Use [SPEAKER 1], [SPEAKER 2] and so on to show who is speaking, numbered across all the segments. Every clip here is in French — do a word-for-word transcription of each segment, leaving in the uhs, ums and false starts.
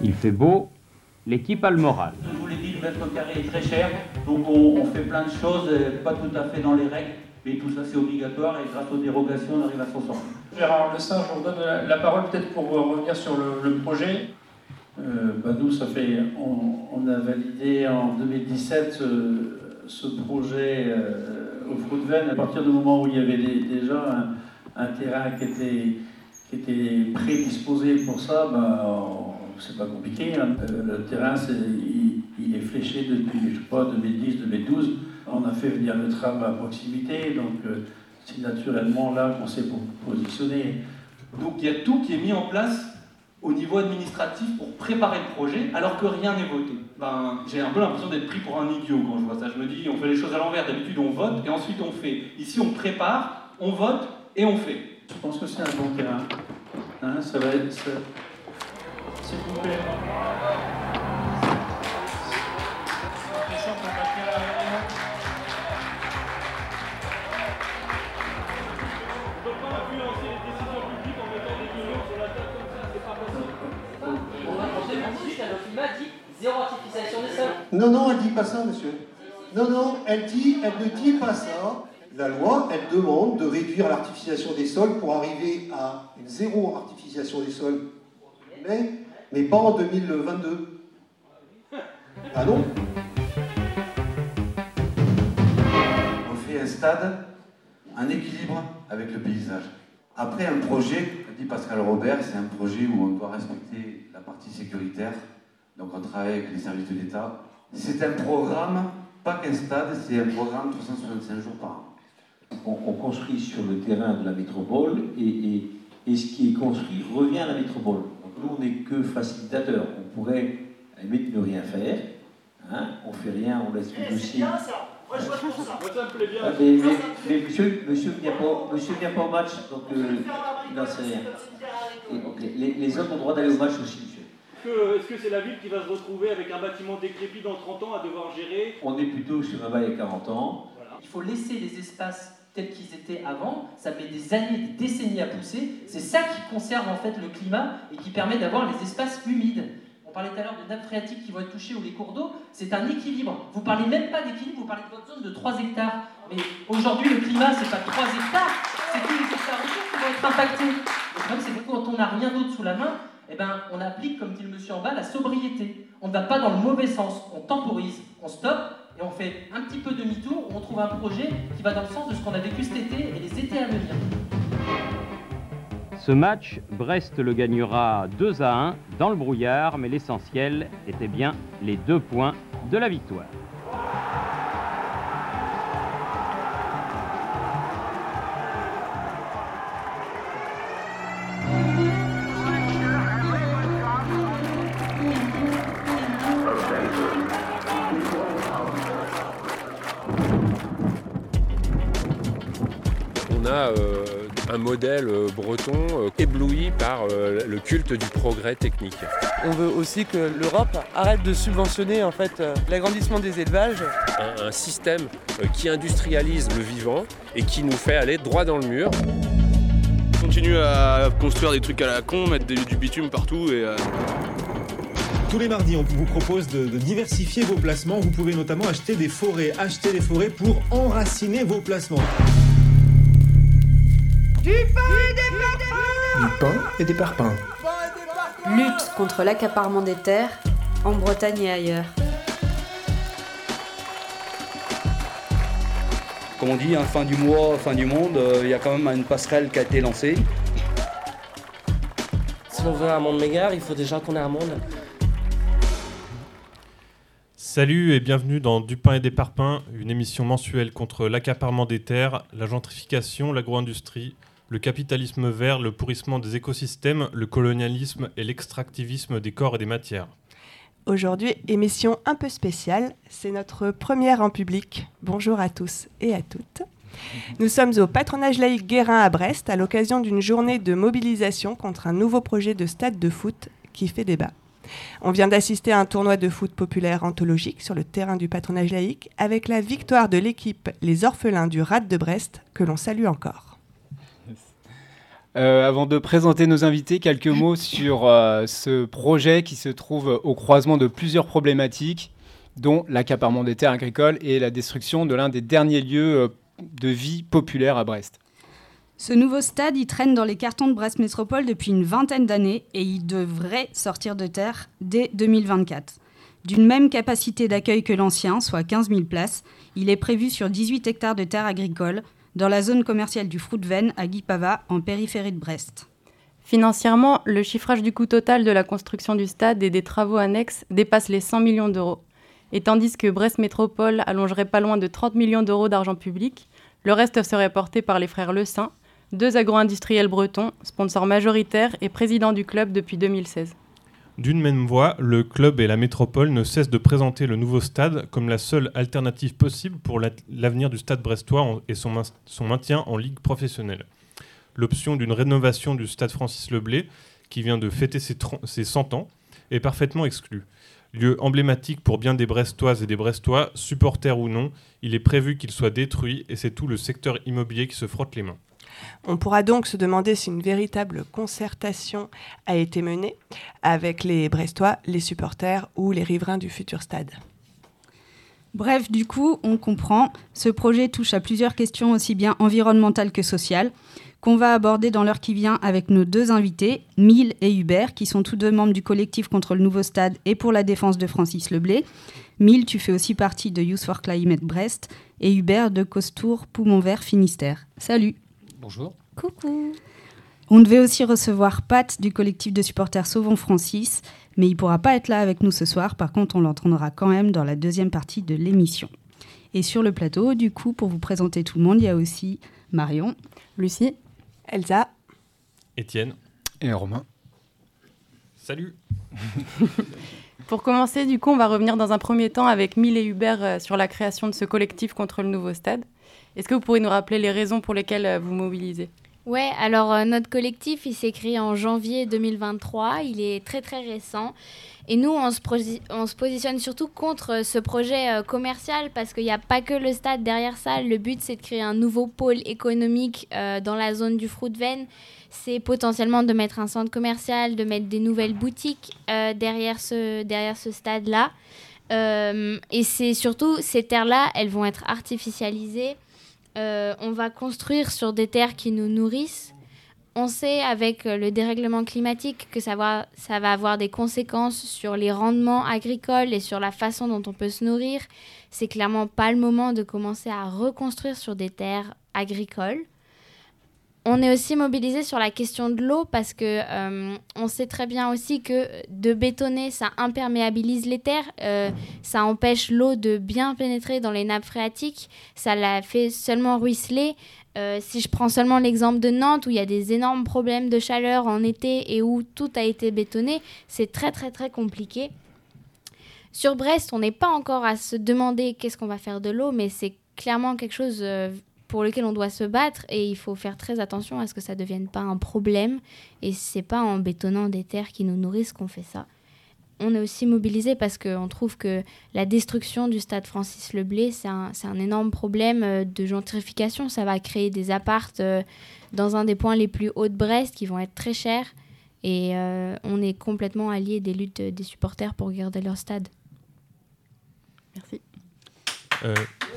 [SPEAKER 1] Il fait beau, l'équipe a le moral.
[SPEAKER 2] Je vous l'ai dit, le mètre carré est très cher, donc on, on fait plein de choses, pas tout à fait dans les règles, mais tout ça c'est obligatoire et grâce aux dérogations on arrive à s'en sortir.
[SPEAKER 3] Gérard Lessin, je vous donne la, la parole peut-être pour revenir sur le, le projet.
[SPEAKER 4] Euh, bah nous, ça fait, on, on a validé en deux mille dix-sept ce, ce projet euh, au Fruitven à partir du moment où il y avait des, déjà un, un terrain qui était, qui était prédisposé pour ça. Bah, on, c'est pas compliqué. Hein. Euh, le terrain, c'est, il, il est fléché depuis, je sais pas, deux mille dix, deux mille douze. On a fait venir le tram à proximité, donc euh, c'est naturellement là qu'on s'est positionné.
[SPEAKER 5] Donc il y a tout qui est mis en place au niveau administratif pour préparer le projet, alors que rien n'est voté. Ben, j'ai un peu l'impression d'être pris pour un idiot quand je vois ça. Je me dis, on fait les choses à l'envers. D'habitude, on vote et ensuite on fait. Ici, on prépare, on vote et on fait.
[SPEAKER 4] Je pense que c'est un bon terrain. Hein, ça va être... Ça... S'il vous plaît.
[SPEAKER 6] Zéro artificialisation des sols.
[SPEAKER 7] Non, non, elle ne dit pas ça, monsieur. Non, non, elle, dit, elle ne dit pas ça. La loi, elle demande de réduire l'artificialisation des sols pour arriver à une zéro artificialisation des sols. Mais, mais pas en deux mille vingt-deux. Ah non?
[SPEAKER 8] On fait un stade, un équilibre avec le paysage. Après, un projet, dit Pascal Robert, c'est un projet où on doit respecter la partie sécuritaire. Donc on travaille avec les services de l'État. C'est un programme, pas qu'un stade, c'est un programme trois cent soixante-cinq jours par an.
[SPEAKER 9] On, on construit sur le terrain de la métropole et, et, et ce qui est construit revient à la métropole. Donc nous, on n'est que facilitateur. On pourrait, à la limite, ne rien faire. Hein, on fait rien, on laisse le dossier.
[SPEAKER 10] Moi, je vote pour ça. Moi, ça me plaît bien.
[SPEAKER 9] Ah, mais, mais, mais monsieur, monsieur vient pas, monsieur vient pas au match, donc euh, il n'en sait rien. Et donc les, les, les autres ont le droit d'aller au match aussi, monsieur.
[SPEAKER 11] Est-ce que c'est la ville qui va se retrouver avec un bâtiment décrépit dans trente ans à devoir gérer?
[SPEAKER 9] On est plutôt sur un bail à quarante ans.
[SPEAKER 6] Voilà. Il faut laisser les espaces tels qu'ils étaient avant. Ça met des années, des décennies à pousser. C'est ça qui conserve en fait le climat et qui permet d'avoir les espaces humides. On parlait tout à l'heure de nappes phréatiques qui vont être touchées ou les cours d'eau. C'est un équilibre. Vous parlez même pas d'équilibre, vous parlez de votre zone de trois hectares. Mais aujourd'hui, le climat, c'est pas trois hectares, c'est tous les hectares autour qui vont être impactés. Le problème, c'est que quand on n'a rien d'autre sous la main, eh ben, on applique, comme dit le monsieur en bas, la sobriété. On ne va pas dans le mauvais sens. On temporise, on stoppe et on fait un petit peu demi-tour où on trouve un projet qui va dans le sens de ce qu'on a vécu cet été et les étés à venir.
[SPEAKER 1] Ce match, Brest le gagnera deux à un dans le brouillard, mais l'essentiel était bien les deux points de la victoire.
[SPEAKER 12] On a euh, un modèle euh, breton euh, ébloui par euh, le culte du progrès technique.
[SPEAKER 13] On veut aussi que l'Europe arrête de subventionner en fait, euh, l'agrandissement des élevages.
[SPEAKER 12] Un, un système euh, qui industrialise le vivant et qui nous fait aller droit dans le mur.
[SPEAKER 14] On continue à construire des trucs à la con, mettre des, du bitume partout et... Euh...
[SPEAKER 15] Tous les mardis, on vous propose de, de diversifier vos placements. Vous pouvez notamment acheter des forêts, acheter des forêts pour enraciner vos placements.
[SPEAKER 16] Du pain et des parpaings.
[SPEAKER 17] Du pain et des parpaings.
[SPEAKER 18] Lutte contre l'accaparement des terres, en Bretagne et ailleurs.
[SPEAKER 19] Comme on dit, hein, fin du mois, fin du monde, il euh, y a quand même une passerelle qui a été lancée.
[SPEAKER 20] Si on veut un monde meilleur, il faut déjà qu'on ait un monde.
[SPEAKER 9] Salut et bienvenue dans Du pain et des parpaings, une émission mensuelle contre l'accaparement des terres, la gentrification, l'agro-industrie, le capitalisme vert, le pourrissement des écosystèmes, le colonialisme et l'extractivisme des corps et des matières.
[SPEAKER 12] Aujourd'hui, émission un peu spéciale, c'est notre première en public. Bonjour à tous et à toutes. Nous sommes au patronage laïque Guérin à Brest à l'occasion d'une journée de mobilisation contre un nouveau projet de stade de foot qui fait débat. On vient d'assister à un tournoi de foot populaire anthologique sur le terrain du patronage laïque avec la victoire de l'équipe Les Orphelins du Rad de Brest que l'on salue encore.
[SPEAKER 17] Euh, avant de présenter nos invités, quelques mots sur euh, ce projet qui se trouve au croisement de plusieurs problématiques, dont l'accaparement des terres agricoles et la destruction de l'un des derniers lieux euh, de vie populaire à Brest.
[SPEAKER 21] Ce nouveau stade, il traîne dans les cartons de Brest Métropole depuis une vingtaine d'années et il devrait sortir de terre dès deux mille vingt-quatre. D'une même capacité d'accueil que l'ancien, soit quinze mille places, il est prévu sur dix-huit hectares de terres agricoles dans la zone commerciale du Fruitven à Guipava, en périphérie de Brest.
[SPEAKER 22] Financièrement, le chiffrage du coût total de la construction du stade et des travaux annexes dépasse les cent millions d'euros. Et tandis que Brest Métropole allongerait pas loin de trente millions d'euros d'argent public, le reste serait porté par les frères Le Saint, deux agro-industriels bretons, sponsors majoritaires et présidents du club depuis deux mille seize.
[SPEAKER 9] D'une même voix, le club et la métropole ne cessent de présenter le nouveau stade comme la seule alternative possible pour l'avenir du stade brestois et son, son maintien en ligue professionnelle. L'option d'une rénovation du stade Francis Leblay, qui vient de fêter ses, ses cent ans, est parfaitement exclue. Lieu emblématique pour bien des Brestoises et des Brestois, supporters ou non, il est prévu qu'il soit détruit et c'est tout le secteur immobilier qui se frotte les mains.
[SPEAKER 12] On pourra donc se demander si une véritable concertation a été menée avec les Brestois, les supporters ou les riverains du futur stade.
[SPEAKER 21] Bref, du coup, on comprend, ce projet touche à plusieurs questions aussi bien environnementales que sociales, qu'on va aborder dans l'heure qui vient avec nos deux invités, Mille et Hubert, qui sont tous deux membres du collectif contre le nouveau stade et pour la défense de Francis Leblay. Mille, tu fais aussi partie de Youth for Climate Brest, et Hubert de Costour Poumon Vert Finistère. Salut.
[SPEAKER 23] Bonjour.
[SPEAKER 21] Coucou. On devait aussi recevoir Pat du collectif de supporters Sauvons Francis, mais il ne pourra pas être là avec nous ce soir. Par contre, on l'entendra quand même dans la deuxième partie de l'émission. Et sur le plateau, du coup, pour vous présenter tout le monde, il y a aussi Marion,
[SPEAKER 22] Lucie,
[SPEAKER 12] Elsa,
[SPEAKER 9] Étienne
[SPEAKER 17] et Romain.
[SPEAKER 9] Salut.
[SPEAKER 22] Pour commencer, du coup, on va revenir dans un premier temps avec Mille et Hubert euh, sur la création de ce collectif contre le nouveau stade. Est-ce que vous pourriez nous rappeler les raisons pour lesquelles euh, vous mobilisez ?
[SPEAKER 24] Ouais, alors euh, notre collectif, il s'est créé en janvier deux mille vingt-trois. Il est très très récent. Et nous, on se, prosi- on se positionne surtout contre ce projet euh, commercial parce qu'il n'y a pas que le stade derrière ça. Le but, c'est de créer un nouveau pôle économique euh, dans la zone du Fruitven. C'est potentiellement de mettre un centre commercial, de mettre des nouvelles boutiques euh, derrière ce, derrière ce stade-là. Euh, et c'est surtout, ces terres-là, elles vont être artificialisées. Euh, on va construire sur des terres qui nous nourrissent. On sait avec le dérèglement climatique que ça va, ça va avoir des conséquences sur les rendements agricoles et sur la façon dont on peut se nourrir. C'est clairement pas le moment de commencer à reconstruire sur des terres agricoles. On est aussi mobilisé sur la question de l'eau parce que euh, on sait très bien aussi que de bétonner, ça imperméabilise les terres, euh, ça empêche l'eau de bien pénétrer dans les nappes phréatiques, ça la fait seulement ruisseler. Euh, si je prends seulement l'exemple de Nantes où il y a des énormes problèmes de chaleur en été et où tout a été bétonné, c'est très très très compliqué. Sur Brest, on n'est pas encore à se demander qu'est-ce qu'on va faire de l'eau, mais c'est clairement quelque chose euh, pour lequel on doit se battre et il faut faire très attention à ce que ça ne devienne pas un problème. Et c'est pas en bétonnant des terres qui nous nourrissent qu'on fait ça. On est aussi mobilisé parce qu'on trouve que la destruction du stade Francis Leblay, c'est un, c'est un énorme problème de gentrification. Ça va créer des apparts euh, dans un des points les plus hauts de Brest qui vont être très chers. Et euh, on est complètement alliés des luttes des supporters pour garder leur stade.
[SPEAKER 22] Merci.
[SPEAKER 9] Euh...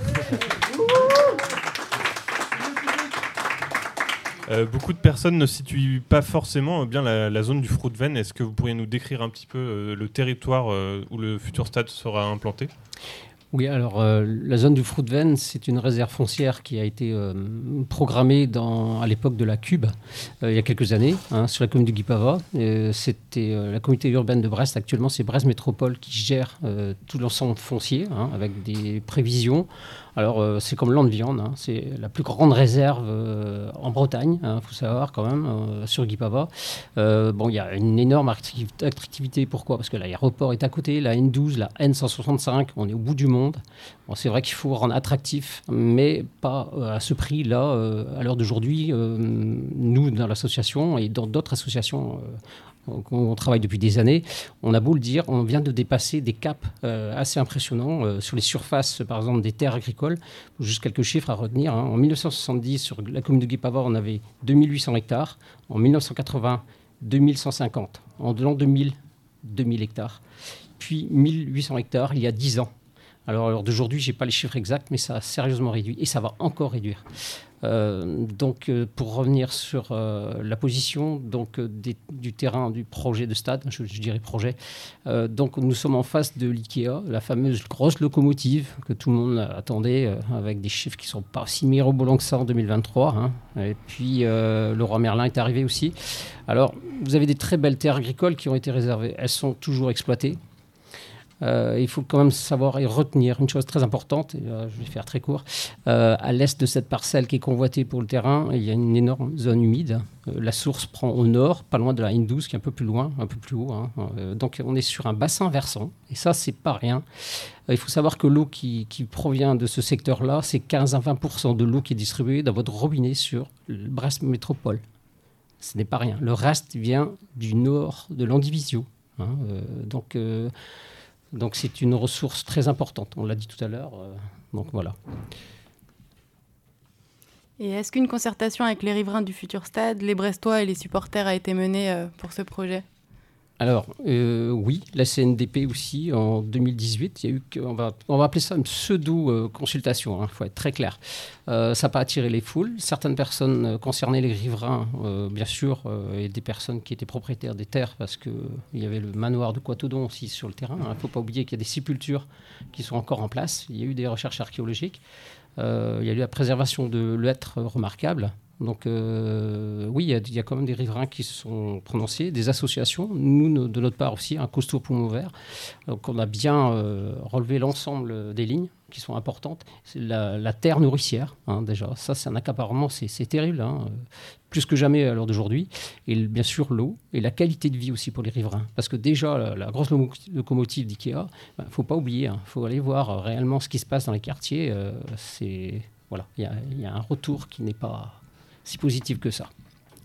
[SPEAKER 9] Euh, beaucoup de personnes ne situent pas forcément bien la, la zone du Fruitven. Est-ce que vous pourriez nous décrire un petit peu euh, le territoire euh, où le futur stade sera implanté ?
[SPEAKER 23] Oui, alors euh, la zone du Fruitven, c'est une réserve foncière qui a été euh, programmée dans, à l'époque de la Cube, euh, il y a quelques années, hein, sur la commune de Guipava. Euh, c'était euh, la communauté urbaine de Brest. Actuellement, c'est Brest Métropole qui gère euh, tout l'ensemble foncier, hein, avec des prévisions. Alors, euh, c'est comme Landviande, hein, c'est la plus grande réserve euh, en Bretagne, il hein, faut savoir quand même, euh, sur Guipava. Euh, bon, il y a une énorme attractivité. Pourquoi ? Parce que l'aéroport est à côté, la N douze, la N cent soixante-cinq, on est au bout du monde. Bon, c'est vrai qu'il faut rendre attractif, mais pas euh, à ce prix-là, euh, à l'heure d'aujourd'hui. Euh, nous, dans l'association et dans d'autres associations, euh, on travaille depuis des années, on a beau le dire, on vient de dépasser des caps euh, assez impressionnants euh, sur les surfaces, par exemple, des terres agricoles agricole. Juste quelques chiffres à retenir. Hein. En mille neuf cent soixante-dix, sur la commune de Guipavas, on avait deux mille huit cents hectares. En mille neuf cent quatre-vingts, deux mille cent cinquante. En l'an deux mille, deux mille hectares. Puis mille huit cents hectares il y a dix ans. Alors, alors d'aujourd'hui, je n'ai pas les chiffres exacts, mais ça a sérieusement réduit et ça va encore réduire. Euh, donc, euh, pour revenir sur euh, la position donc, euh, des, du terrain du projet de stade, je, je dirais projet, euh, donc nous sommes en face de l'IKEA, la fameuse grosse locomotive que tout le monde attendait, euh, avec des chiffres qui ne sont pas si mirobolants que ça en deux mille vingt-trois. Hein. Et puis, euh, le roi Merlin est arrivé aussi. Alors, vous avez des très belles terres agricoles qui ont été réservées. Elles sont toujours exploitées. Euh, il faut quand même savoir et retenir une chose très importante, et, euh, je vais faire très court. Euh, à l'est de cette parcelle qui est convoitée pour le terrain, il y a une énorme zone humide. Euh, la source prend au nord, pas loin de la Indus, qui est un peu plus loin, un peu plus haut. Hein. Euh, donc on est sur un bassin versant, et ça, c'est pas rien. Euh, il faut savoir que l'eau qui, qui provient de ce secteur-là, c'est quinze à vingt pour cent de l'eau qui est distribuée dans votre robinet sur le Brest Métropole. Ce n'est pas rien. Le reste vient du nord de l'Andivisio. Hein. Euh, donc... Euh, Donc c'est une ressource très importante, on l'a dit tout à l'heure, euh, donc voilà.
[SPEAKER 22] Et est-ce qu'une concertation avec les riverains du futur stade, les Brestois et les supporters a été menée euh, pour ce projet ?
[SPEAKER 23] Alors, euh, oui, la C N D P aussi, en deux mille dix-huit, il y a eu, on va, on va appeler ça une pseudo-consultation, il hein, faut être très clair. Euh, ça n'a pas attiré les foules. Certaines personnes concernées, les riverains, euh, bien sûr, euh, et des personnes qui étaient propriétaires des terres, parce qu'il y avait le manoir de Coatodon aussi sur le terrain. Il hein, ne faut pas oublier qu'il y a des sépultures qui sont encore en place. Il y a eu des recherches archéologiques. Euh, il y a eu la préservation de l'être remarquable. Donc euh, oui, il y, a, il y a quand même des riverains qui se sont prononcés, des associations, nous no, de notre part aussi, un Costour Poumon Vert. Donc on a bien euh, relevé l'ensemble des lignes qui sont importantes. C'est la, la terre nourricière, hein, déjà, ça c'est un accaparement, c'est, c'est terrible, hein, plus que jamais à l'heure d'aujourd'hui. Et bien sûr l'eau et la qualité de vie aussi pour les riverains. Parce que déjà, la, la grosse locomotive d'IKEA, il ben, ne faut pas oublier, il hein, faut aller voir réellement ce qui se passe dans les quartiers. Euh, c'est, voilà, il y, y a un retour qui n'est pas si positif que ça.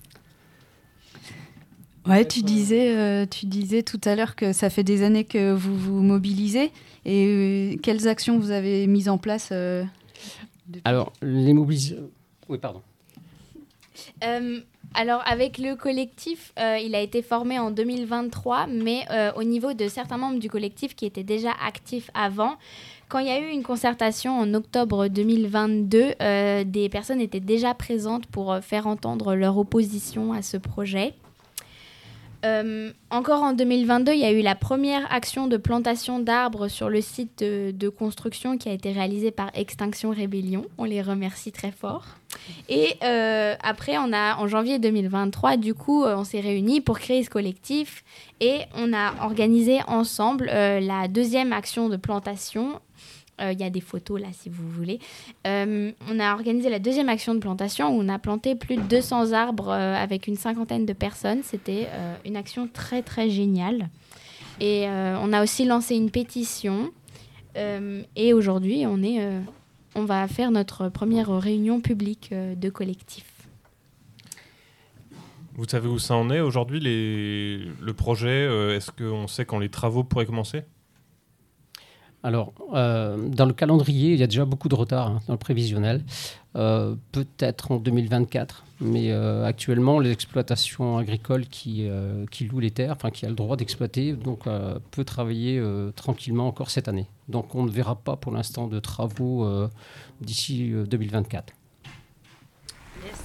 [SPEAKER 21] Ouais, tu disais, euh, tu disais tout à l'heure que ça fait des années que vous vous mobilisez. Et euh, quelles actions vous avez mises en place euh, depuis...
[SPEAKER 23] Alors, les mobilisations... Oui, pardon.
[SPEAKER 24] Euh, alors, avec le collectif, euh, il a été formé en deux mille vingt-trois, mais euh, au niveau de certains membres du collectif qui étaient déjà actifs avant, quand il y a eu une concertation en octobre deux mille vingt-deux, euh, des personnes étaient déjà présentes pour euh, faire entendre leur opposition à ce projet. Euh, encore en deux mille vingt-deux, il y a eu la première action de plantation d'arbres sur le site de, de construction qui a été réalisée par Extinction Rébellion. On les remercie très fort. Et euh, après, on a, en janvier deux mille vingt-trois, du coup, on s'est réunis pour créer ce collectif et on a organisé ensemble euh, la deuxième action de plantation. Il euh, y a des photos là si vous voulez. Euh, on a organisé la deuxième action de plantation où on a planté plus de deux cents arbres euh, avec une cinquantaine de personnes. C'était euh, une action très très géniale. Et euh, on a aussi lancé une pétition. Euh, et aujourd'hui, on, est, euh, on va faire notre première réunion publique euh, de collectif.
[SPEAKER 9] Vous savez où ça en est aujourd'hui, les... le projet euh, Est-ce qu'on sait quand les travaux pourraient commencer ?
[SPEAKER 23] Alors, euh, dans le calendrier, il y a déjà beaucoup de retard hein, dans le prévisionnel, euh, peut-être en deux mille vingt-quatre, mais euh, actuellement, l'exploitation agricole qui, euh, qui loue les terres, enfin qui a le droit d'exploiter, donc euh, peut travailler euh, tranquillement encore cette année. Donc, on ne verra pas pour l'instant de travaux euh, d'ici euh, deux mille vingt-quatre.
[SPEAKER 21] Yes.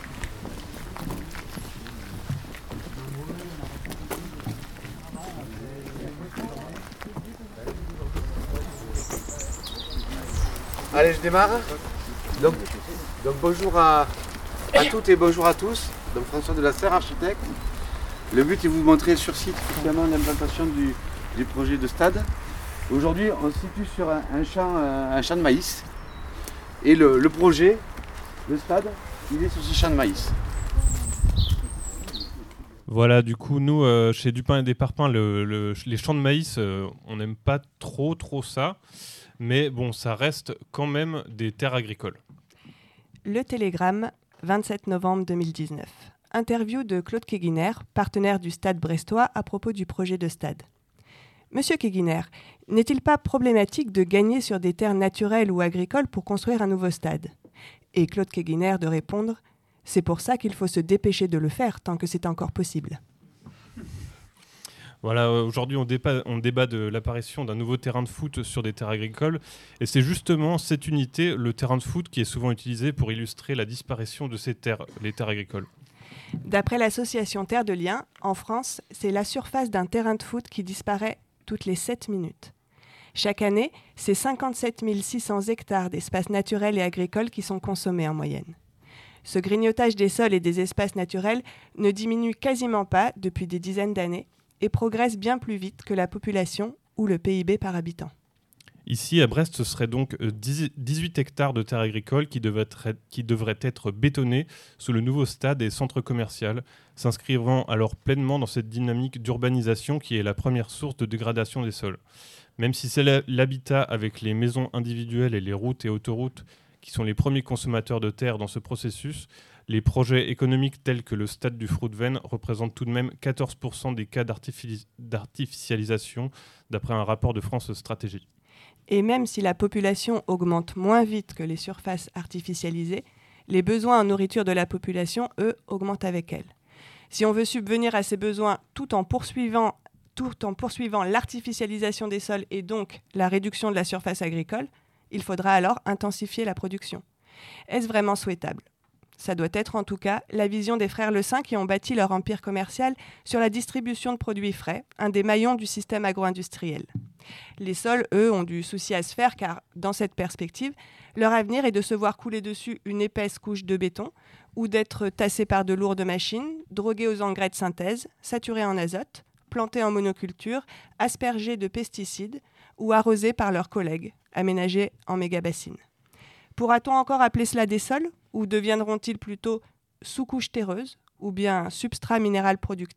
[SPEAKER 8] Allez, je démarre. Donc, donc bonjour à, à toutes et bonjour à tous. Donc François de la Serre, architecte. Le but est de vous montrer sur site effectivement l'implantation du, du projet de stade. Aujourd'hui, on se situe sur un, un, champ, un champ de maïs. Et le, le projet, le stade, il est sur ce champ de maïs.
[SPEAKER 9] Voilà, du coup, nous, euh, chez Dupin et des Parpings, le, le, les champs de maïs, euh, on n'aime pas trop, trop ça. Mais bon, ça reste quand même des terres agricoles.
[SPEAKER 12] Le Télégramme, vingt-sept novembre deux mille dix-neuf. Interview de Claude Keguiner, partenaire du Stade brestois, à propos du projet de stade. Monsieur Keguiner, n'est-il pas problématique de gagner sur des terres naturelles ou agricoles pour construire un nouveau stade ? Et Claude Keguiner de répondre « C'est pour ça qu'il faut se dépêcher de le faire tant que c'est encore possible ».
[SPEAKER 9] Voilà, aujourd'hui on débat, on débat de l'apparition d'un nouveau terrain de foot sur des terres agricoles et c'est justement cette unité, le terrain de foot, qui est souvent utilisé pour illustrer la disparition de ces terres, les terres agricoles.
[SPEAKER 12] D'après l'association Terre de Liens, en France, c'est la surface d'un terrain de foot qui disparaît toutes les sept minutes. Chaque année, c'est cinquante-sept mille six cents hectares d'espaces naturels et agricoles qui sont consommés en moyenne. Ce grignotage des sols et des espaces naturels ne diminue quasiment pas depuis des dizaines d'années et progresse bien plus vite que la population ou le P I B par habitant.
[SPEAKER 9] Ici, à Brest, ce serait donc dix-huit hectares de terres agricoles qui devraient, être, qui devraient être bétonnés sous le nouveau stade et centre commercial, s'inscrivant alors pleinement dans cette dynamique d'urbanisation qui est la première source de dégradation des sols. Même si c'est l'habitat avec les maisons individuelles et les routes et autoroutes qui sont les premiers consommateurs de terre dans ce processus, les projets économiques tels que le stade du Fruitven représentent tout de même quatorze pour cent des cas d'artifici- d'artificialisation, d'après un rapport de France Stratégie.
[SPEAKER 12] Et même si la population augmente moins vite que les surfaces artificialisées, les besoins en nourriture de la population, eux, augmentent avec elle. Si on veut subvenir à ces besoins tout en poursuivant, tout en poursuivant l'artificialisation des sols et donc la réduction de la surface agricole, il faudra alors intensifier la production. Est-ce vraiment souhaitable ? Ça doit être en tout cas la vision des frères Le Saint qui ont bâti leur empire commercial sur la distribution de produits frais, un des maillons du système agro-industriel. Les sols, eux, ont du souci à se faire car, dans cette perspective, leur avenir est de se voir couler dessus une épaisse couche de béton ou d'être tassés par de lourdes machines, drogués aux engrais de synthèse, saturés en azote, plantés en monoculture, aspergés de pesticides ou arrosés par leurs collègues, aménagés en méga-bassines. Pourra-t-on encore appeler cela des sols ou deviendront-ils plutôt sous-couches terreuses ou bien substrat minéral productif ?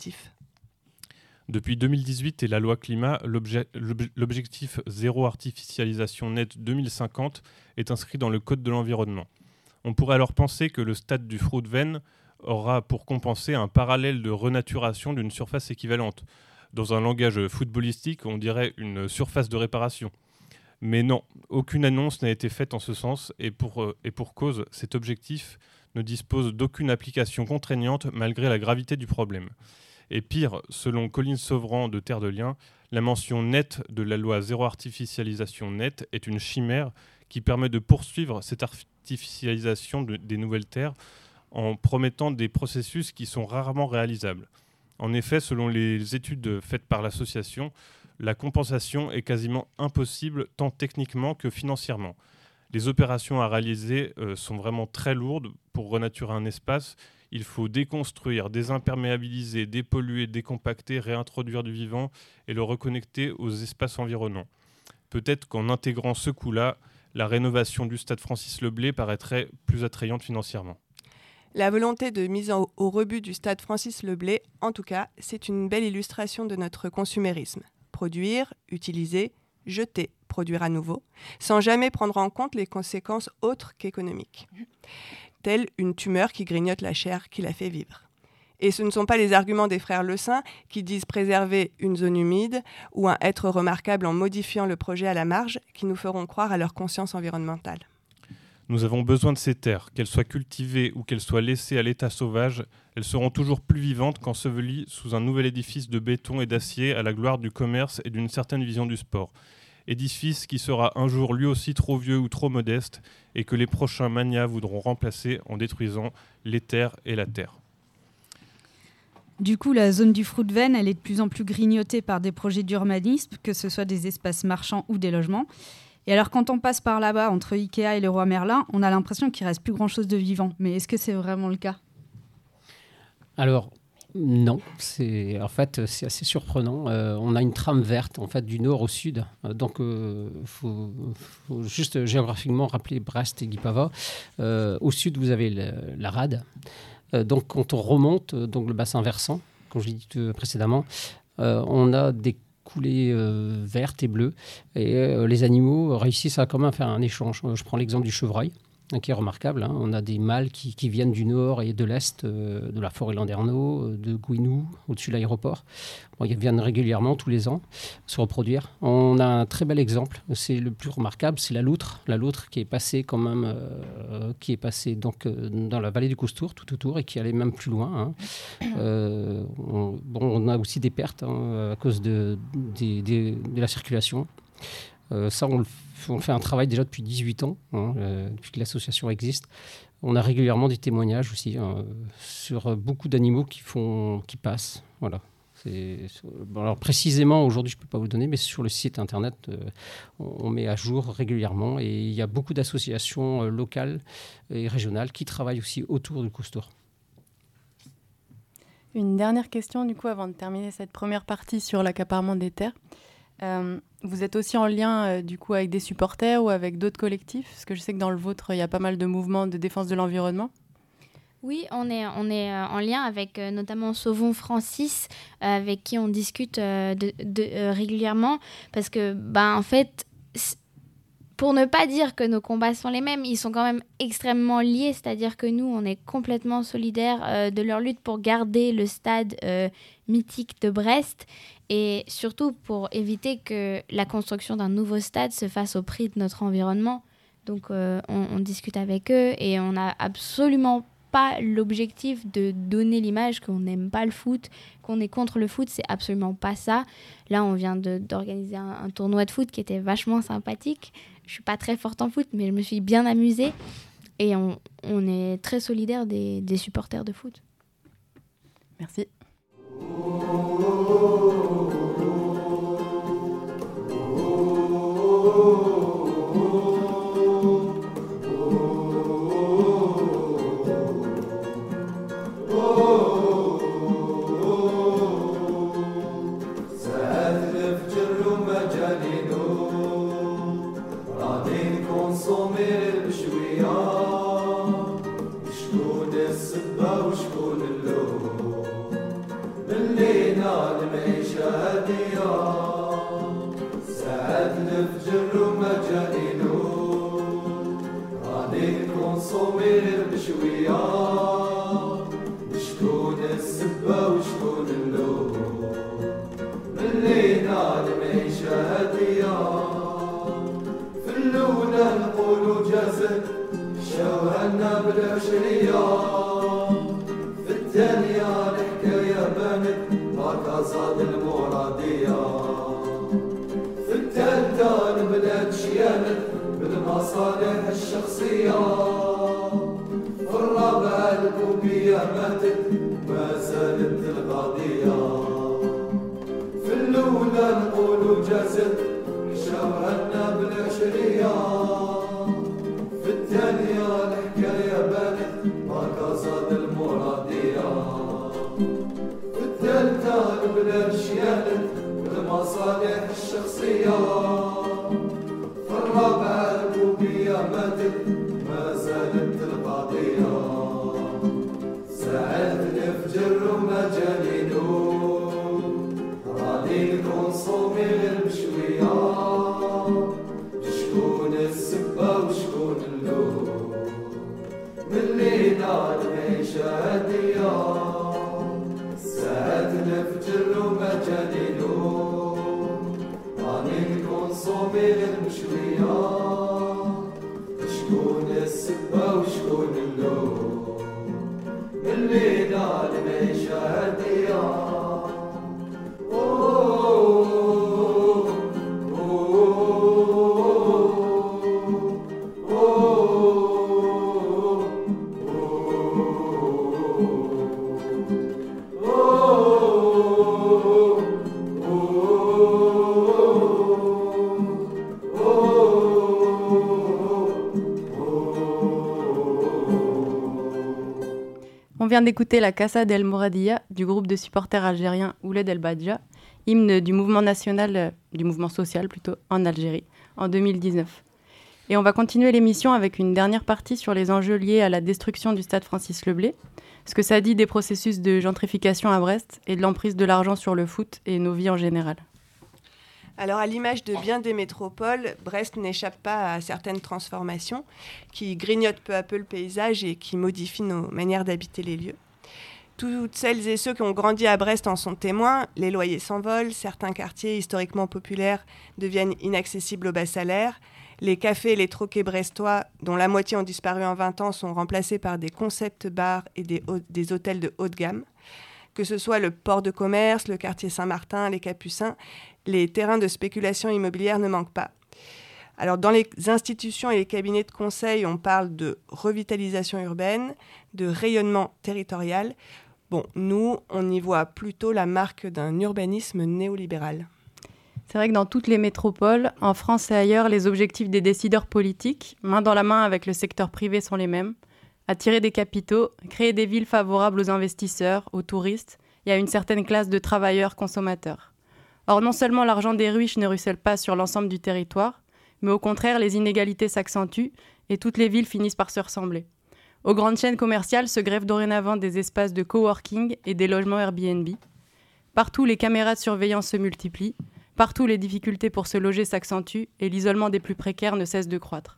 [SPEAKER 9] Depuis deux mille dix-huit et la loi climat, l'obje- l'objectif zéro artificialisation nette deux mille cinquante est inscrit dans le Code de l'environnement. On pourrait alors penser que le stade du Fruitven aura pour compenser un parallèle de renaturation d'une surface équivalente. Dans un langage footballistique, on dirait une surface de réparation. Mais non, aucune annonce n'a été faite en ce sens et pour, euh, et pour cause, cet objectif ne dispose d'aucune application contraignante malgré la gravité du problème. Et pire, selon Colline Sauvran de Terre de Liens, la mention nette de la loi zéro artificialisation nette est une chimère qui permet de poursuivre cette artificialisation de, des nouvelles terres en promettant des processus qui sont rarement réalisables. En effet, selon les études faites par l'association, la compensation est quasiment impossible tant techniquement que financièrement. Les opérations à réaliser euh, sont vraiment très lourdes. Pour renaturer un espace, il faut déconstruire, désimperméabiliser, dépolluer, décompacter, réintroduire du vivant et le reconnecter aux espaces environnants. Peut-être qu'en intégrant ce coût-là, la rénovation du stade Francis Leblay paraîtrait plus attrayante financièrement.
[SPEAKER 12] La volonté de mise au, au rebut du stade Francis Leblay, en tout cas, c'est une belle illustration de notre consumérisme. Produire, utiliser, jeter, produire à nouveau, sans jamais prendre en compte les conséquences autres qu'économiques, telle une tumeur qui grignote la chair qui la fait vivre. Et ce ne sont pas les arguments des frères Le Saint qui disent préserver une zone humide ou un être remarquable en modifiant le projet à la marge qui nous feront croire à leur conscience environnementale.
[SPEAKER 9] Nous avons besoin de ces terres, qu'elles soient cultivées ou qu'elles soient laissées à l'état sauvage, elles seront toujours plus vivantes qu'ensevelies sous un nouvel édifice de béton et d'acier à la gloire du commerce et d'une certaine vision du sport. Édifice qui sera un jour lui aussi trop vieux ou trop modeste et que les prochains manias voudront remplacer en détruisant les terres et la terre.
[SPEAKER 21] Du coup, la zone du Fruitven, elle est de plus en plus grignotée par des projets d'urbanisme, que ce soit des espaces marchands ou des logements. Et alors, quand on passe par là-bas, entre Ikea et Leroy Merlin, on a l'impression qu'il ne reste plus grand-chose de vivant. Mais est-ce que c'est vraiment le cas ?
[SPEAKER 23] Alors, non. C'est, en fait, c'est assez surprenant. Euh, on a une trame verte, en fait, du nord au sud. Euh, donc, il euh, faut, faut juste géographiquement rappeler Brest et Guipava. Euh, au sud, vous avez le, la rade. Euh, donc, quand on remonte, donc le bassin versant, comme je l'ai dit précédemment, euh, on a des coulées euh, vertes et bleues. Et euh, les animaux réussissent à quand même faire un échange. Je prends l'exemple du chevreuil. qui est remarquable. Hein. On a des mâles qui, qui viennent du nord et de l'est, euh, de la forêt Landerneau, de Gouinou, au-dessus de l'aéroport. Bon, ils viennent régulièrement, tous les ans, se reproduire. On a un très bel exemple, c'est le plus remarquable, c'est la loutre. La loutre qui est passée quand même, euh, qui est passée donc, euh, dans la vallée du Coustour, tout autour, et qui allait même plus loin. Hein. Euh, on, bon, on a aussi des pertes hein, à cause de, de, de, de la circulation. Euh, ça, on, on fait un travail déjà depuis dix-huit ans, hein, euh, depuis que l'association existe. On a régulièrement des témoignages aussi hein, sur beaucoup d'animaux qui, font, qui passent. Voilà. C'est, bon, alors précisément, aujourd'hui, je ne peux pas vous le donner, mais sur le site internet, euh, on, on met à jour régulièrement. Et il y a beaucoup d'associations euh, locales et régionales qui travaillent aussi autour du Coustour.
[SPEAKER 22] Une dernière question, du coup, avant de terminer cette première partie sur l'accaparement des terres. Euh, vous êtes aussi en lien euh, du coup avec des supporters ou avec d'autres collectifs? Parce que je sais que dans le vôtre, il y a pas mal de mouvements de défense de l'environnement.
[SPEAKER 24] Oui, on est, on est euh, en lien avec euh, notamment Sauvons Francis, euh, avec qui on discute euh, de, de, euh, régulièrement. Parce que, bah, en fait, pour ne pas dire que nos combats sont les mêmes, ils sont quand même extrêmement liés. C'est-à-dire que nous, on est complètement solidaires euh, de leur lutte pour garder le stade euh, mythique de Brest. Et surtout pour éviter que la construction d'un nouveau stade se fasse au prix de notre environnement. Donc euh, on, on discute avec eux et on n'a absolument pas l'objectif de donner l'image qu'on n'aime pas le foot, qu'on est contre le foot, c'est absolument pas ça. Là, on vient de, d'organiser un, un tournoi de foot qui était vachement sympathique. Je suis pas très forte en foot, mais je me suis bien amusée. Et on, on est très solidaires des, des supporters de foot.
[SPEAKER 22] Merci.
[SPEAKER 2] بالمصالح الشخصية الرابعة الكوبية ماتت ما زالت القضية في الأولى نقولوا جازت شوهنا بالعشرية في الثانية الحكاية بانت ما زاد المرادية في الثالثة البلاد شيانت بالمصالح الشخصية الرابعة الكوبية ماتت ما زالت القضية ساعات نفجر وما جاني نوم راني نكون صومي غير بشوية شكون السبة وشكون اللوم ملي نار المعيشة هادية ساعات نفجر وما جاني نوم راني نكون صومي غير بشوية شكون السبة وشكون اللوم اللي نار المعيشة هادية
[SPEAKER 22] On vient d'écouter la Casa del Mouradia du groupe de supporters algériens Ouled El Badja, hymne du mouvement national, euh, du mouvement social plutôt, en Algérie, en deux mille dix-neuf. Et on va continuer l'émission avec une dernière partie sur les enjeux liés à la destruction du stade Francis Leblay, ce que ça dit des processus de gentrification à Brest et de l'emprise de l'argent sur le foot et nos vies en général.
[SPEAKER 12] Alors, à l'image de bien des métropoles, Brest n'échappe pas à certaines transformations qui grignotent peu à peu le paysage et qui modifient nos manières d'habiter les lieux. Toutes celles et ceux qui ont grandi à Brest en sont témoins. Les loyers s'envolent, certains quartiers historiquement populaires deviennent inaccessibles aux bas salaires. Les cafés et les troquets brestois, dont la moitié ont disparu en vingt ans, sont remplacés par des concept bars et des, des hôtels de haut de gamme. Que ce soit le port de commerce, le quartier Saint-Martin, les Capucins, les terrains de spéculation immobilière ne manquent pas. Alors, dans les institutions et les cabinets de conseil, on parle de revitalisation urbaine, de rayonnement territorial. Bon, nous, on y voit plutôt la marque d'un urbanisme néolibéral.
[SPEAKER 22] C'est vrai que dans toutes les métropoles, en France et ailleurs, les objectifs des décideurs politiques, main dans la main avec le secteur privé, sont les mêmes. Attirer des capitaux, créer des villes favorables aux investisseurs, aux touristes et à une certaine classe de travailleurs consommateurs. Or, non seulement l'argent des riches ne ruisselle pas sur l'ensemble du territoire, mais au contraire, les inégalités s'accentuent et toutes les villes finissent par se ressembler. Aux grandes chaînes commerciales se greffent dorénavant des espaces de coworking et des logements Airbnb. Partout, les caméras de surveillance se multiplient. Partout, les difficultés pour se loger s'accentuent et l'isolement des plus précaires ne cesse de croître.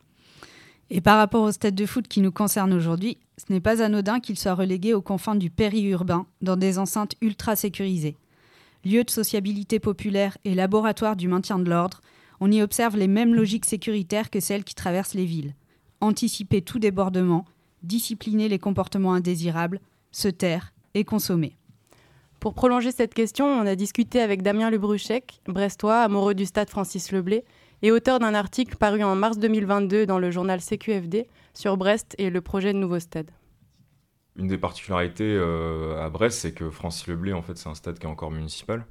[SPEAKER 21] Et par rapport au stade de foot qui nous concerne aujourd'hui, ce n'est pas anodin qu'il soit relégué aux confins du périurbain, dans des enceintes ultra sécurisées. Lieu de sociabilité populaire et laboratoire du maintien de l'ordre, on y observe les mêmes logiques sécuritaires que celles qui traversent les villes. Anticiper tout débordement, discipliner les comportements indésirables, se taire et consommer.
[SPEAKER 22] Pour prolonger cette question, on a discuté avec Damien Lebruchec, brestois, amoureux du stade Francis Leblay, et auteur d'un article paru en mars deux mille vingt-deux dans le journal C Q F D sur Brest et le projet de nouveau stade.
[SPEAKER 3] Une des particularités euh, à Brest, c'est que Francis Leblay, en fait, c'est un stade qui est encore municipal.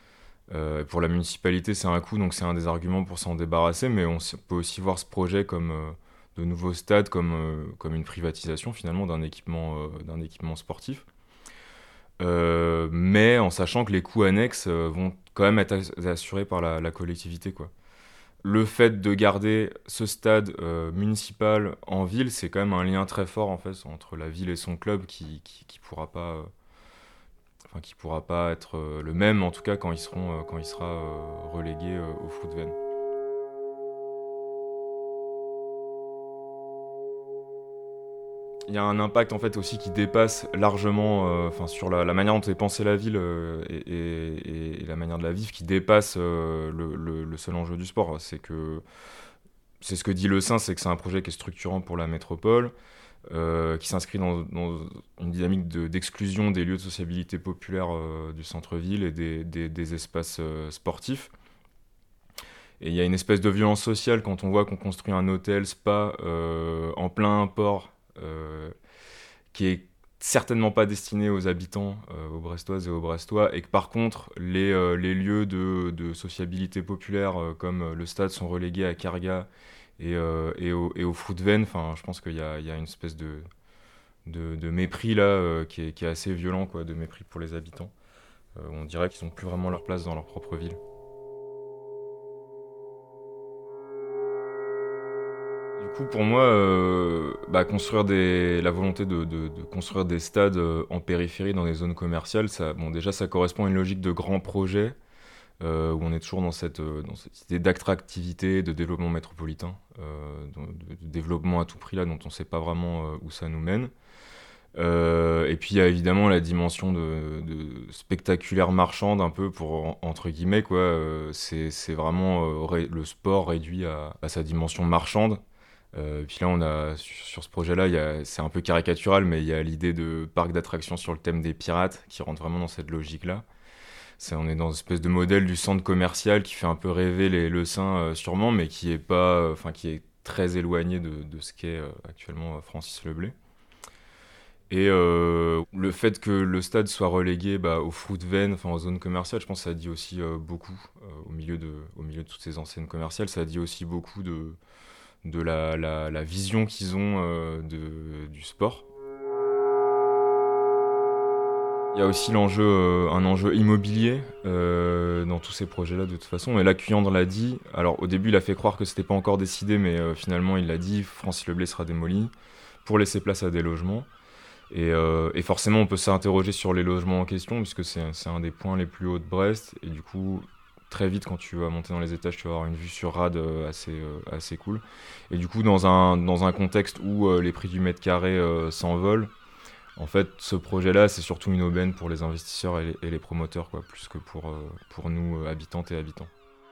[SPEAKER 3] Euh, pour la municipalité, c'est un coût, donc c'est un des arguments pour s'en débarrasser, mais on peut aussi voir ce projet comme euh, de nouveau stade, comme, euh, comme une privatisation finalement d'un équipement, euh, d'un équipement sportif. Euh, mais en sachant que les coûts annexes euh, vont quand même être assurés par la, la collectivité, quoi. Le fait de garder ce stade euh, municipal en ville, c'est quand même un lien très fort en fait entre la ville et son club qui qui, qui pourra pas, euh, enfin qui pourra pas être euh, le même en tout cas quand ils seront euh, quand il sera euh, relégué euh, au Footven. Il y a un impact en fait aussi qui dépasse largement, enfin euh, sur la, la manière dont est pensée la ville euh, et, et, et la manière de la vivre, qui dépasse euh, le, le, le seul enjeu du sport. C'est que c'est ce que dit Le Saint, c'est que c'est un projet qui est structurant pour la métropole, euh, qui s'inscrit dans, dans une dynamique de, d'exclusion des lieux de sociabilité populaire euh, du centre-ville et des, des, des espaces euh, sportifs. Et il y a une espèce de violence sociale quand on voit qu'on construit un hôtel spa euh, en plein port. Euh, qui est certainement pas destiné aux habitants, euh, aux Brestoises et aux Brestois, et que par contre les, euh, les lieux de, de sociabilité populaire euh, comme euh, le stade sont relégués à Carga et, euh, et, au, et au Footven. Enfin, je pense qu'il y a, il y a une espèce de, de, de mépris là euh, qui, est, qui est assez violent, quoi, de mépris pour les habitants. Euh, on dirait qu'ils n'ont plus vraiment leur place dans leur propre ville. Du coup, pour moi, euh, bah, construire des, la volonté de, de, de construire des stades euh, en périphérie, dans des zones commerciales, ça, bon, déjà, ça correspond à une logique de grand projet, euh, où on est toujours dans cette, euh, dans cette idée d'attractivité, de développement métropolitain, euh, de, de développement à tout prix, là, dont on ne sait pas vraiment euh, où ça nous mène. Euh, et puis, il y a évidemment la dimension de, de spectaculaire marchande, un peu, pour, entre guillemets, quoi. Euh, c'est, c'est vraiment euh, ré, le sport réduit à, à sa dimension marchande. Euh, puis là, on a, sur, sur ce projet-là, il y a, c'est un peu caricatural, mais il y a l'idée de parc d'attractions sur le thème des pirates qui rentre vraiment dans cette logique-là. C'est, on est dans une espèce de modèle du centre commercial qui fait un peu rêver les Le Saint, euh, sûrement, mais qui est pas, enfin, euh, qui est très éloigné de, de ce qu'est euh, actuellement euh, Francis Leblay. Et euh, le fait que le stade soit relégué bah, au Footven, enfin aux zones commerciales, je pense que ça dit aussi euh, beaucoup euh, au milieu de, au milieu de toutes ces enseignes commerciales. Ça dit aussi beaucoup de de la, la, la vision qu'ils ont euh, de, du sport. Il y a aussi l'enjeu, euh, un enjeu immobilier euh, dans tous ces projets-là de toute façon. Et là, Cuyandre l'a dit. Alors au début, il a fait croire que c'était pas encore décidé, mais euh, finalement, il l'a dit. Francis Leblay sera démoli pour laisser place à des logements. Et, euh, et forcément, on peut s'interroger sur les logements en question, puisque c'est, c'est un des points les plus hauts de Brest. Et du coup, très vite, quand tu vas monter dans les étages, tu vas avoir une vue sur rade euh, assez, euh, assez cool. Et du coup, dans un, dans un contexte où euh, les prix du mètre carré euh, s'envolent, en fait, ce projet-là, c'est surtout une aubaine pour les investisseurs et les, et les promoteurs, quoi, plus que pour, euh, pour nous, euh, habitantes et habitants.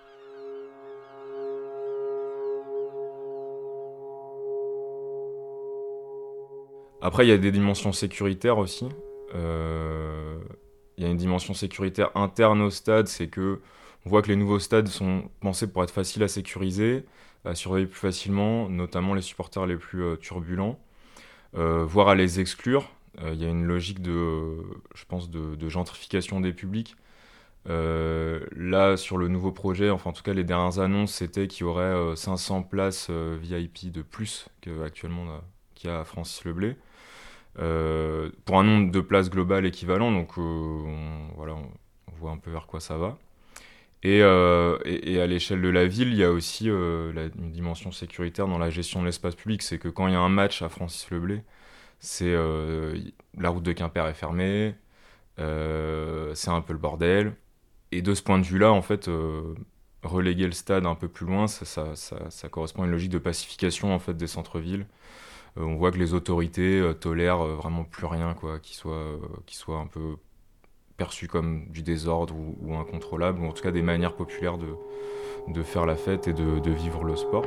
[SPEAKER 3] Après, il y a des dimensions sécuritaires aussi. Euh, il y a une dimension sécuritaire interne au stade, c'est que on voit que les nouveaux stades sont pensés pour être faciles à sécuriser, à surveiller plus facilement, notamment les supporters les plus euh, turbulents, euh, voire à les exclure. Euh, il y a une logique de, je pense, de, de gentrification des publics. Euh, là, sur le nouveau projet, enfin en tout cas les dernières annonces, c'était qu'il y aurait euh, cinq cents places euh, V I P de plus qu'actuellement qu'il y a à Francis-le-Blé. Euh, pour un nombre de places globales équivalent, donc euh, on, voilà, on, on voit un peu vers quoi ça va. Et, euh, et, et à l'échelle de la ville, il y a aussi euh, la, une dimension sécuritaire dans la gestion de l'espace public. C'est que quand il y a un match à Francis-le-Blé, c'est, euh, la route de Quimper est fermée, euh, c'est un peu le bordel. Et de ce point de vue-là, en fait, euh, reléguer le stade un peu plus loin, ça, ça, ça, ça correspond à une logique de pacification en fait, des centres-villes. Euh, on voit que les autorités euh, tolèrent euh, vraiment plus rien, quoi, qui soit, euh, qui soit un peu perçu comme du désordre ou, ou incontrôlable, ou en tout cas des manières populaires de, de faire la fête et de, de vivre le sport.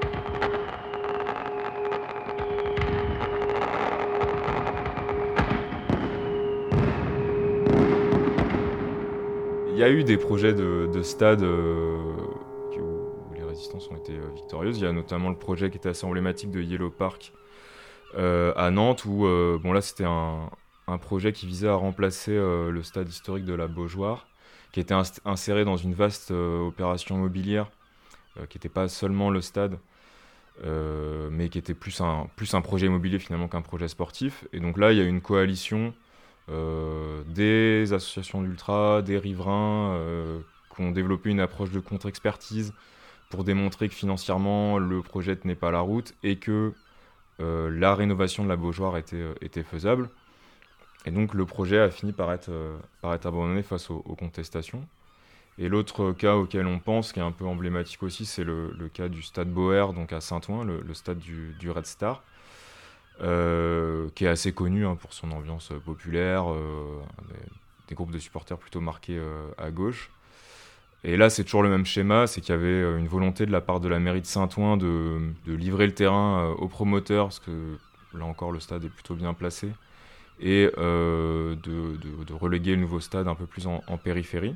[SPEAKER 3] Il y a eu des projets de, de stade euh, où les résistances ont été euh, victorieuses. Il y a notamment le projet qui était assez emblématique de Yellow Park euh, à Nantes, où euh, bon, là c'était un, un projet qui visait à remplacer euh, le stade historique de la Beaujoire, qui était ins- inséré dans une vaste euh, opération immobilière, euh, qui n'était pas seulement le stade, euh, mais qui était plus un, plus un projet immobilier finalement qu'un projet sportif. Et donc là, il y a une coalition Euh, des associations d'ultra, des riverains euh, qui ont développé une approche de contre-expertise pour démontrer que financièrement le projet tenait pas la route et que euh, la rénovation de la Beaujoire était, euh, était faisable. Et donc le projet a fini par être, euh, par être abandonné face aux, aux contestations. Et l'autre cas auquel on pense, qui est un peu emblématique aussi, c'est le, le cas du stade Boer, donc à Saint-Ouen, le, le stade du, du Red Star. Euh, qui est assez connu hein, pour son ambiance euh, populaire, euh, des, des groupes de supporters plutôt marqués euh, à gauche. Et là, c'est toujours le même schéma, c'est qu'il y avait euh, une volonté de la part de la mairie de Saint-Ouen de, de livrer le terrain euh, aux promoteurs, parce que là encore, le stade est plutôt bien placé, et euh, de, de, de reléguer le nouveau stade un peu plus en, en périphérie.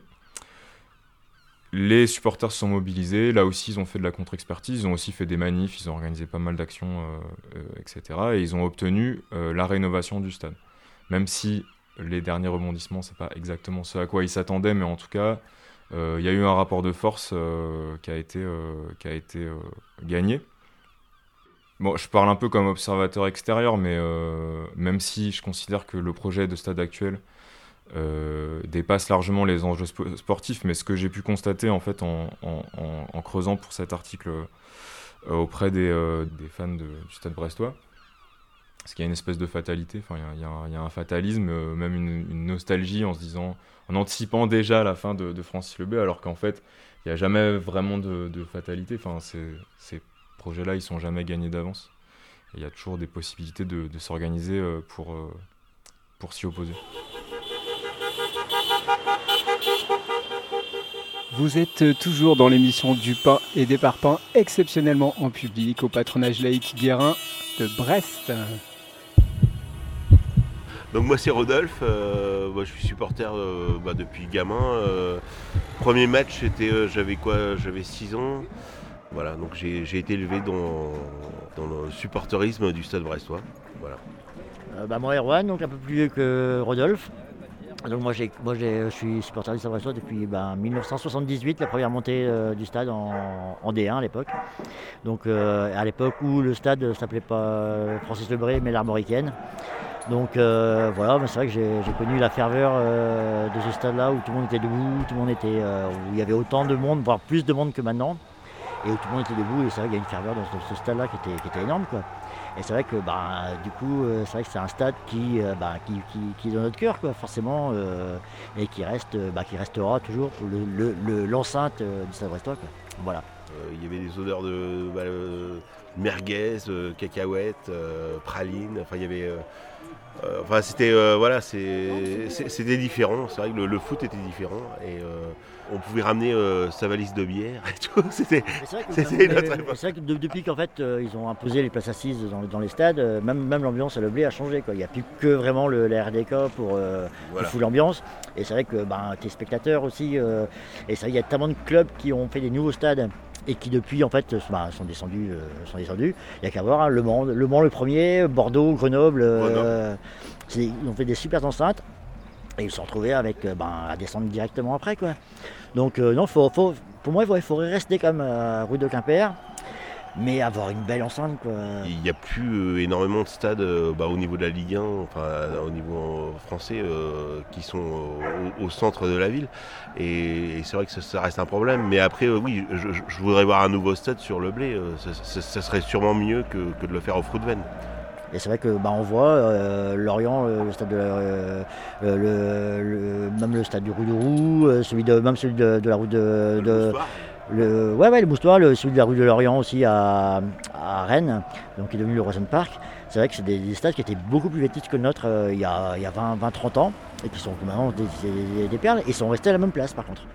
[SPEAKER 3] Les supporters se sont mobilisés, là aussi ils ont fait de la contre-expertise, ils ont aussi fait des manifs, ils ont organisé pas mal d'actions, euh, euh, et cetera. Et ils ont obtenu euh, la rénovation du stade. Même si les derniers rebondissements, c'est pas exactement ce à quoi ils s'attendaient, mais en tout cas, il euh, y a eu un rapport de force euh, qui a été, euh, qui a été euh, gagné. Bon, je parle un peu comme observateur extérieur, mais euh, même si je considère que le projet de stade actuel Euh, dépasse largement les enjeux spo- sportifs, mais ce que j'ai pu constater en fait en, en, en, en creusant pour cet article euh, auprès des, euh, des fans de, du Stade brestois, c'est qu'il y a une espèce de fatalité, enfin il y, y, y a un fatalisme, euh, même une, une nostalgie en se disant, en anticipant déjà la fin de, de Francis-le-Blé, alors qu'en fait il n'y a jamais vraiment de, de fatalité, enfin ces, ces projets-là ils sont jamais gagnés d'avance, il y a toujours des possibilités de, de s'organiser euh, pour, euh, pour s'y opposer.
[SPEAKER 17] Vous êtes toujours dans l'émission du pain et des parpaings, exceptionnellement en public, au patronage laïque Guérin de Brest.
[SPEAKER 4] Donc moi c'est Rodolphe, euh, moi je suis supporter euh, bah, depuis gamin. Euh, premier match c'était, euh, j'avais quoi, j'avais six ans. Voilà, donc j'ai, j'ai été élevé dans, dans le supporterisme du Stade brestois. Voilà.
[SPEAKER 5] Euh, bah, moi Erwan, donc un peu plus vieux que Rodolphe. Donc moi, j'ai, moi j'ai, je suis supporter du Stade brestois depuis ben, dix-neuf cent soixante-dix-huit, la première montée euh, du stade en, en D un à l'époque. Donc euh, à l'époque où le stade ne s'appelait pas Francis-le-Blé mais l'Armoricaine. Donc euh, voilà, mais c'est vrai que j'ai, j'ai connu la ferveur euh, de ce stade-là où tout le monde était debout, tout le monde était, euh, où il y avait autant de monde, voire plus de monde que maintenant, et où tout le monde était debout. Et c'est vrai qu'il y a une ferveur dans ce, ce stade-là qui était, qui était énorme, quoi. Et c'est vrai que bah, du coup, euh, c'est vrai que c'est un stade qui, euh, bah, qui, qui, qui est dans notre cœur, quoi, forcément, euh, et qui, reste, bah, qui restera toujours pour le, le, le, l'enceinte euh, du Stade Brestois. Quoi. Voilà.
[SPEAKER 4] Il euh, y avait des odeurs de bah, euh, merguez, euh, cacahuètes, euh, pralines, enfin il y avait... Euh, euh, enfin c'était euh, voilà, c'est, c'est, c'était différent, c'est vrai que le, le foot était différent et euh, on pouvait ramener euh, sa valise de bière et tout, c'était,
[SPEAKER 5] c'est vrai que,
[SPEAKER 4] c'était
[SPEAKER 5] mais,
[SPEAKER 4] notre
[SPEAKER 5] mais, c'est vrai que de, depuis qu'en fait euh, ils ont imposé les places assises dans, dans les stades, euh, même, même l'ambiance à Le Blé a changé, quoi. Il n'y a plus que vraiment le, la R D K pour euh, voilà. Foutre l'ambiance et c'est vrai que ben, t'es spectateur aussi euh, et c'est vrai qu'il y a tellement de clubs qui ont fait des nouveaux stades et qui depuis en fait bah, sont descendus, euh, sont descendus. Il n'y a qu'à voir hein, Le Mans, Le Mans le premier, Bordeaux, Grenoble, euh, ils ont fait des super enceintes et ils se sont retrouvés avec euh, ben, à descendre directement après quoi. Donc euh, non, faut, faut, pour moi il faudrait rester comme euh, rue de Quimper, mais avoir une belle enceinte quoi.
[SPEAKER 4] Il n'y a plus euh, énormément de stades euh, bah, au niveau de la Ligue un, enfin au niveau euh, français, euh, qui sont euh, au, au centre de la ville. Et, et c'est vrai que ça, ça reste un problème. Mais après, euh, oui, je, je, je voudrais voir un nouveau stade sur Le Blé. Euh, ça, ça, ça serait sûrement mieux que, que de le faire au Fruitven.
[SPEAKER 5] Et c'est vrai que bah, on voit euh, Lorient, le, le stade de la, euh, le, le, même le stade du Rue de Roux, euh, celui de même celui de, de la rue de, de le ouais ouais le Moustoir, le, celui de la rue de Lorient aussi à, à Rennes, donc qui est devenu le Roison Park. C'est vrai que c'est des, des stades qui étaient beaucoup plus vétustes que le nôtre euh, il y a, il y a vingt à trente ans et qui sont maintenant des, des, des perles et sont restés à la même place par contre.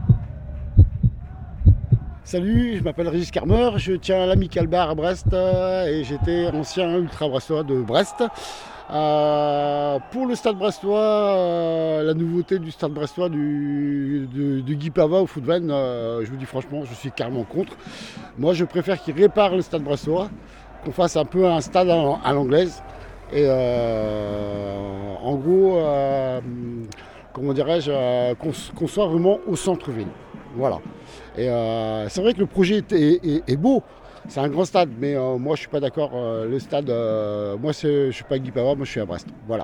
[SPEAKER 6] Salut, je m'appelle Régis Carmer, je tiens l'Amical Bar à Brest euh, et j'étais ancien ultra brestois de Brest. Euh, pour le stade brestois, euh, la nouveauté du stade brestois du, de, de Guy Pava au Fruitven, euh, je vous dis franchement, je suis carrément contre. Moi, je préfère qu'ils réparent le stade brestois, qu'on fasse un peu un stade à, à l'anglaise. Et euh, en gros, euh, comment dirais-je, euh, qu'on, qu'on soit vraiment au centre-ville. Voilà. Et euh, c'est vrai que le projet est, est, est, est beau, c'est un grand stade, mais euh, moi je suis pas d'accord. Euh, le stade, euh, moi c'est, je suis pas à Guy Pava, moi je suis à Brest. Voilà.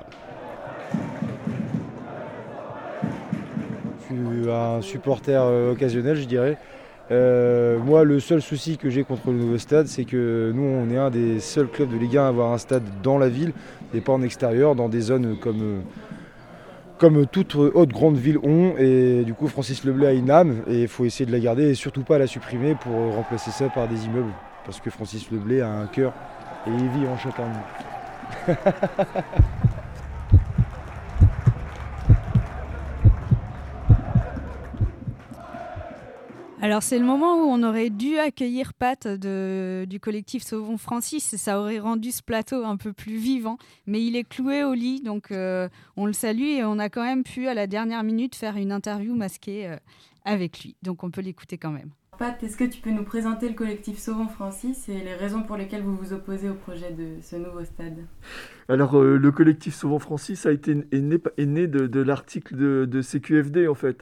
[SPEAKER 7] Je suis un supporter euh, occasionnel, je dirais. Euh, moi, le seul souci que j'ai contre le nouveau stade, c'est que nous, on est un des seuls clubs de Ligue un à avoir un stade dans la ville et pas en extérieur, dans des zones comme. Euh, comme toute autre grande ville ont, et du coup Francis Le Blé a une âme et il faut essayer de la garder et surtout pas la supprimer pour remplacer ça par des immeubles, parce que Francis Le Blé a un cœur et il vit en chacun de nous.
[SPEAKER 21] Alors c'est le moment où on aurait dû accueillir Pat de, du collectif Sauvons Francis et ça aurait rendu ce plateau un peu plus vivant, mais il est cloué au lit, donc euh, on le salue et on a quand même pu à la dernière minute faire une interview masquée euh, avec lui, donc on peut l'écouter quand même.
[SPEAKER 22] Pat, est-ce que tu peux nous présenter le collectif Sauvons Francis et les raisons pour lesquelles vous vous opposez au projet de ce nouveau stade ?
[SPEAKER 10] Alors euh, le collectif Sauvons Francis a été, est né, est né de, de l'article de, de C Q F D en fait.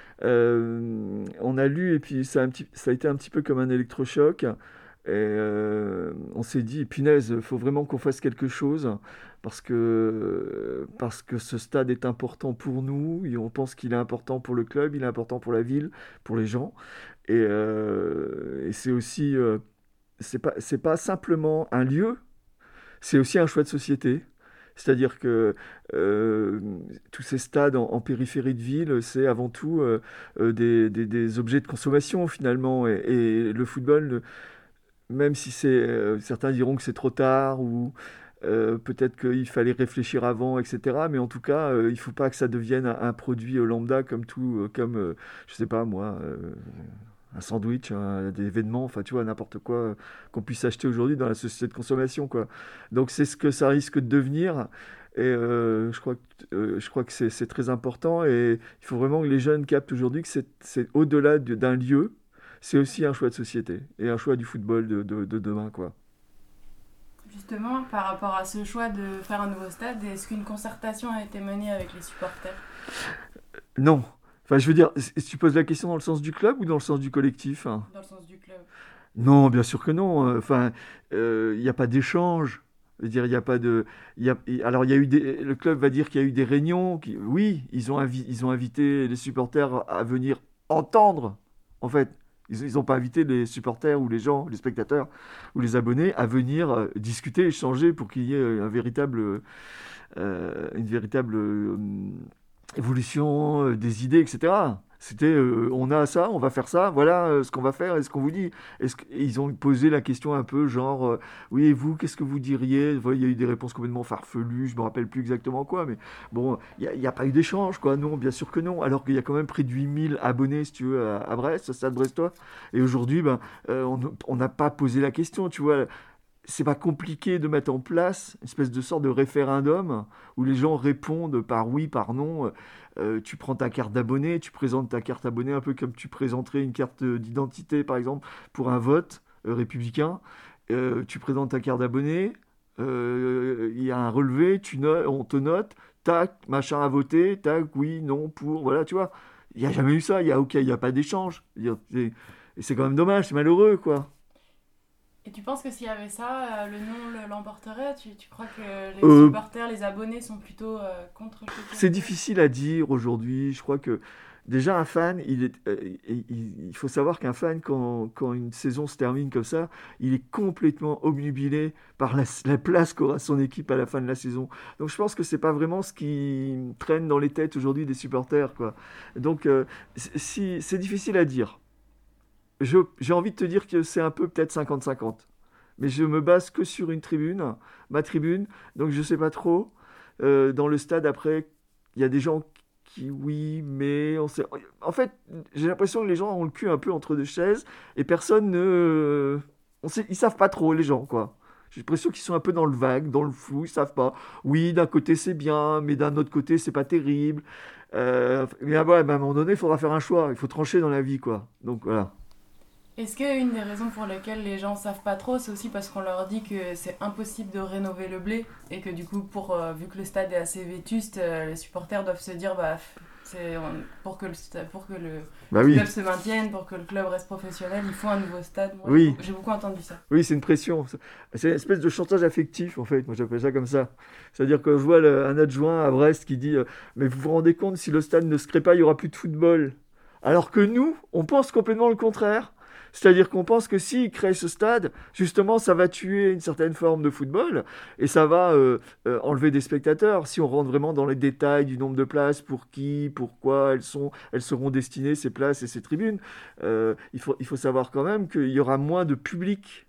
[SPEAKER 10] Euh, on a lu et puis ça a, un petit, ça a été un petit peu comme un électrochoc et euh, on s'est dit punaise, il faut vraiment qu'on fasse quelque chose parce que, parce que ce stade est important pour nous et on pense qu'il est important pour le club, il est important pour la ville, pour les gens et, euh, et c'est aussi euh, c'est pas, c'est pas simplement un lieu, c'est aussi un choix de société. C'est-à-dire que euh, tous ces stades en, en périphérie de ville, c'est avant tout euh, euh, des, des, des objets de consommation finalement. Et, et le football, même si c'est, euh, certains diront que c'est trop tard ou euh, peut-être qu'il fallait réfléchir avant, et cetera. Mais en tout cas, euh, il ne faut pas que ça devienne un, un produit euh, lambda comme tout, euh, comme euh, je ne sais pas moi. Euh, un sandwich, un, des événements, enfin tu vois, n'importe quoi euh, qu'on puisse acheter aujourd'hui dans la société de consommation, quoi. Donc c'est ce que ça risque de devenir et euh, je crois que, euh, je crois que c'est, c'est très important et il faut vraiment que les jeunes captent aujourd'hui que c'est, c'est au-delà de, d'un lieu, c'est aussi un choix de société et un choix du football de, de, de demain, quoi.
[SPEAKER 22] Justement, par rapport à ce choix de faire un nouveau stade, est-ce qu'une concertation a été menée avec les supporters ?
[SPEAKER 10] Non. Enfin, je veux dire, tu poses la question dans le sens du club ou dans le sens du collectif, hein ?
[SPEAKER 22] Dans le sens du club.
[SPEAKER 10] Non, bien sûr que non. Enfin, il euh, n'y a pas d'échange. Je veux dire, il n'y a pas de. Y a, alors, il y a eu des. Le club va dire qu'il y a eu des réunions. Qui, oui, ils ont, invi, ils ont invité les supporters à venir entendre, en fait, Ils n'ont pas invité les supporters ou les gens, les spectateurs ou les abonnés à venir euh, discuter, échanger pour qu'il y ait un véritable, euh, une véritable euh, évolution euh, des idées, et cetera. C'était, euh, on a ça, on va faire ça, voilà euh, ce qu'on va faire et ce qu'on vous dit. Est-ce que, ils ont posé la question un peu genre, euh, oui et vous, qu'est-ce que vous diriez? Il y a eu des réponses complètement farfelues, je ne me rappelle plus exactement quoi, mais bon, il n'y a, a pas eu d'échange, quoi. Non, bien sûr que non, alors qu'il y a quand même près de huit mille abonnés, si tu veux, à, à Brest, au Stade Brestois. Et aujourd'hui, ben, euh, on n'a pas posé la question, tu vois. C'est pas compliqué de mettre en place une espèce de sorte de référendum où les gens répondent par oui, par non. Euh, tu prends ta carte d'abonné, tu présentes ta carte abonné un peu comme tu présenterais une carte d'identité, par exemple, pour un vote euh, républicain. Euh, tu présentes ta carte d'abonné, il euh, y a un relevé, tu notes, on te note, tac, machin à voter, tac, oui, non, pour, voilà, tu vois. Il n'y a jamais eu ça, il n'y a, okay, y a pas d'échange. Et c'est quand même dommage, c'est malheureux, quoi.
[SPEAKER 22] Et tu penses que s'il y avait ça, euh, le non l'emporterait? tu, tu crois que les
[SPEAKER 10] euh,
[SPEAKER 22] supporters, les abonnés sont plutôt euh, contre le
[SPEAKER 10] C'est difficile à dire aujourd'hui. Je crois que déjà un fan, il, est, euh, il, il faut savoir qu'un fan, quand, quand une saison se termine comme ça, il est complètement obnubilé par la, la place qu'aura son équipe à la fin de la saison. Donc je pense que c'est pas vraiment ce qui traîne dans les têtes aujourd'hui des supporters, quoi. Donc euh, si, c'est difficile à dire. Je, j'ai envie de te dire que c'est un peu peut-être cinquante cinquante. Mais je me base que sur une tribune, ma tribune, donc je ne sais pas trop. Euh, dans le stade, après, il y a des gens qui, oui, mais... On sait... En fait, j'ai l'impression que les gens ont le cul un peu entre deux chaises et personne ne... On sait... Ils ne savent pas trop, les gens, quoi. J'ai l'impression qu'ils sont un peu dans le vague, dans le flou, ils ne savent pas. Oui, d'un côté, c'est bien, mais d'un autre côté, c'est pas terrible. Euh... Mais ah ouais, bah, à un moment donné, il faudra faire un choix. Il faut trancher dans la vie, quoi. Donc, voilà.
[SPEAKER 22] Est-ce qu'une des raisons pour lesquelles les gens ne savent pas trop, c'est aussi parce qu'on leur dit que c'est impossible de rénover le blé et que du coup, pour, euh, vu que le stade est assez vétuste, euh, les supporters doivent se dire bah, c'est, on, pour que le, pour que le
[SPEAKER 10] bah
[SPEAKER 22] club
[SPEAKER 10] oui.
[SPEAKER 22] se maintienne, pour que le club reste professionnel, il faut un nouveau stade. Moi,
[SPEAKER 10] oui.
[SPEAKER 22] j'ai, j'ai beaucoup entendu ça.
[SPEAKER 10] Oui, c'est une pression. C'est une espèce de chantage affectif, en fait. Moi, j'appelle ça comme ça. C'est-à-dire que je vois le, un adjoint à Brest qui dit euh, mais vous vous rendez compte, si le stade ne se crée pas, il n'y aura plus de football. Alors que nous, on pense complètement le contraire. C'est-à-dire qu'on pense que s'ils créent ce stade, justement, ça va tuer une certaine forme de football et ça va euh, euh, enlever des spectateurs. Si on rentre vraiment dans les détails du nombre de places, pour qui, pourquoi elles, sont, elles seront destinées, ces places et ces tribunes, euh, il faut, il faut savoir quand même qu'il y aura moins de public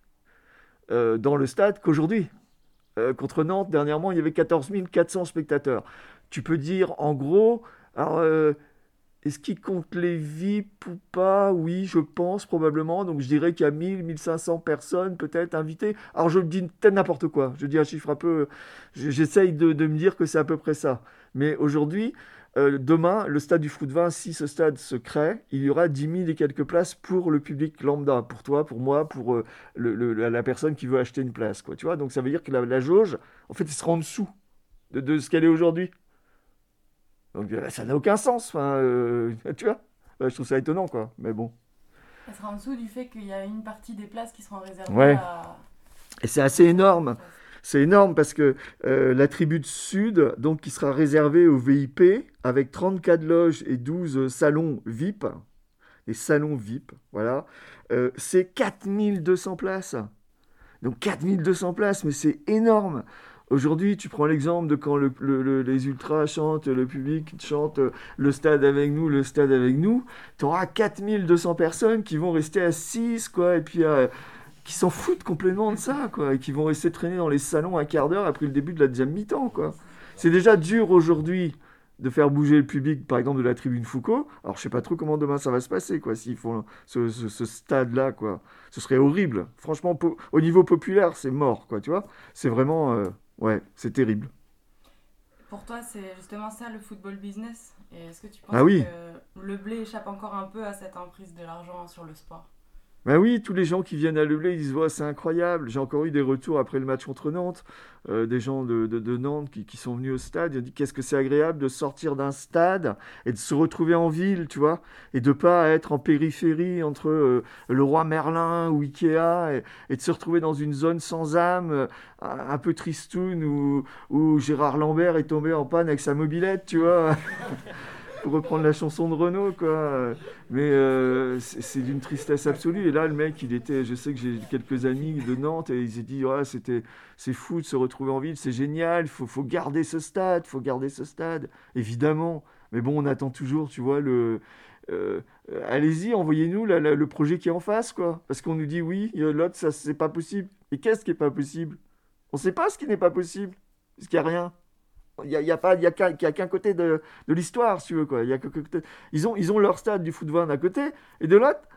[SPEAKER 10] euh, dans le stade qu'aujourd'hui. Euh, contre Nantes, dernièrement, il y avait quatorze mille quatre cents spectateurs. Tu peux dire, en gros... Alors, euh, est-ce qu'ils comptent les V I P ou pas? Oui, je pense probablement. Donc je dirais qu'il y a mille, mille cinq cents personnes peut-être invitées. Alors je dis peut-être n'importe quoi. Je dis un chiffre un peu... J'essaye de, de me dire que c'est à peu près ça. Mais aujourd'hui, euh, demain, le stade du Froudevin, si ce stade se crée, il y aura dix mille et quelques places pour le public lambda. Pour toi, pour moi, pour euh, le, le, la personne qui veut acheter une place, quoi, tu vois. Donc ça veut dire que la, la jauge, en fait, elle sera en dessous de, de ce qu'elle est aujourd'hui. Donc ça n'a aucun sens, enfin, euh, tu vois. Je trouve ça étonnant, quoi. Mais bon.
[SPEAKER 22] Ça sera en dessous du fait qu'il y a une partie des places qui seront réservées
[SPEAKER 10] ouais.
[SPEAKER 22] à...
[SPEAKER 10] Et c'est assez énorme. C'est énorme parce que euh, la tribune sud, donc, qui sera réservée aux V I P, avec trente-quatre loges et douze salons V I P, des salons V I P, voilà, euh, c'est quatre mille deux cents places. Donc quatre mille deux cents places, mais c'est énorme. Aujourd'hui, tu prends l'exemple de quand le, le, le, les ultras chantent, le public chante le stade avec nous, le stade avec nous, tu auras quatre mille deux cents personnes qui vont rester assises, quoi, et puis euh, qui s'en foutent complètement de ça, quoi, et qui vont rester traîner dans les salons un quart d'heure après le début de la deuxième mi-temps, quoi. C'est déjà dur aujourd'hui de faire bouger le public, par exemple, de la tribune Foucault. Alors, je sais pas trop comment demain ça va se passer, quoi, s'ils font ce, ce, ce stade-là, quoi. Ce serait horrible. Franchement, po- au niveau populaire, c'est mort, quoi, tu vois. C'est vraiment... Euh, ouais, c'est terrible.
[SPEAKER 22] Pour toi, c'est justement ça, le football business. Et est-ce que tu penses
[SPEAKER 10] ah oui.
[SPEAKER 22] que le blé échappe encore un peu à cette emprise de l'argent sur le sport?
[SPEAKER 10] Ben oui, tous les gens qui viennent à Le Blé, ils disent ouais, c'est incroyable. J'ai encore eu des retours après le match contre Nantes, euh, des gens de, de, de Nantes qui, qui sont venus au stade. Ils ont dit qu'est-ce que c'est agréable de sortir d'un stade et de se retrouver en ville, tu vois, et de pas être en périphérie entre euh, le Roi Merlin ou Ikea et, et de se retrouver dans une zone sans âme, euh, un peu tristoun où, où Gérard Lambert est tombé en panne avec sa mobilette, tu vois. pour reprendre la chanson de Renaud, quoi. Mais euh, c'est, c'est d'une tristesse absolue. Et là, le mec, il était, je sais que j'ai quelques amis de Nantes et ils ont dit, ouais, c'était, c'est fou de se retrouver en ville, c'est génial, il faut, faut garder ce stade, faut garder ce stade, évidemment. Mais bon, on attend toujours, tu vois, le... Euh, allez-y, envoyez-nous la, la, le projet qui est en face, quoi. Parce qu'on nous dit oui, l'autre, ça, c'est pas possible. Et qu'est-ce qui est pas possible? On sait pas ce qui n'est pas possible. Parce qu'il n'y a rien. Il n'y a, y a, a, qu'un, a qu'un côté de, de l'histoire, si tu veux, quoi. Y a que, que, ils, ont, ils ont leur stade du foot vingt d'un côté, et de l'autre,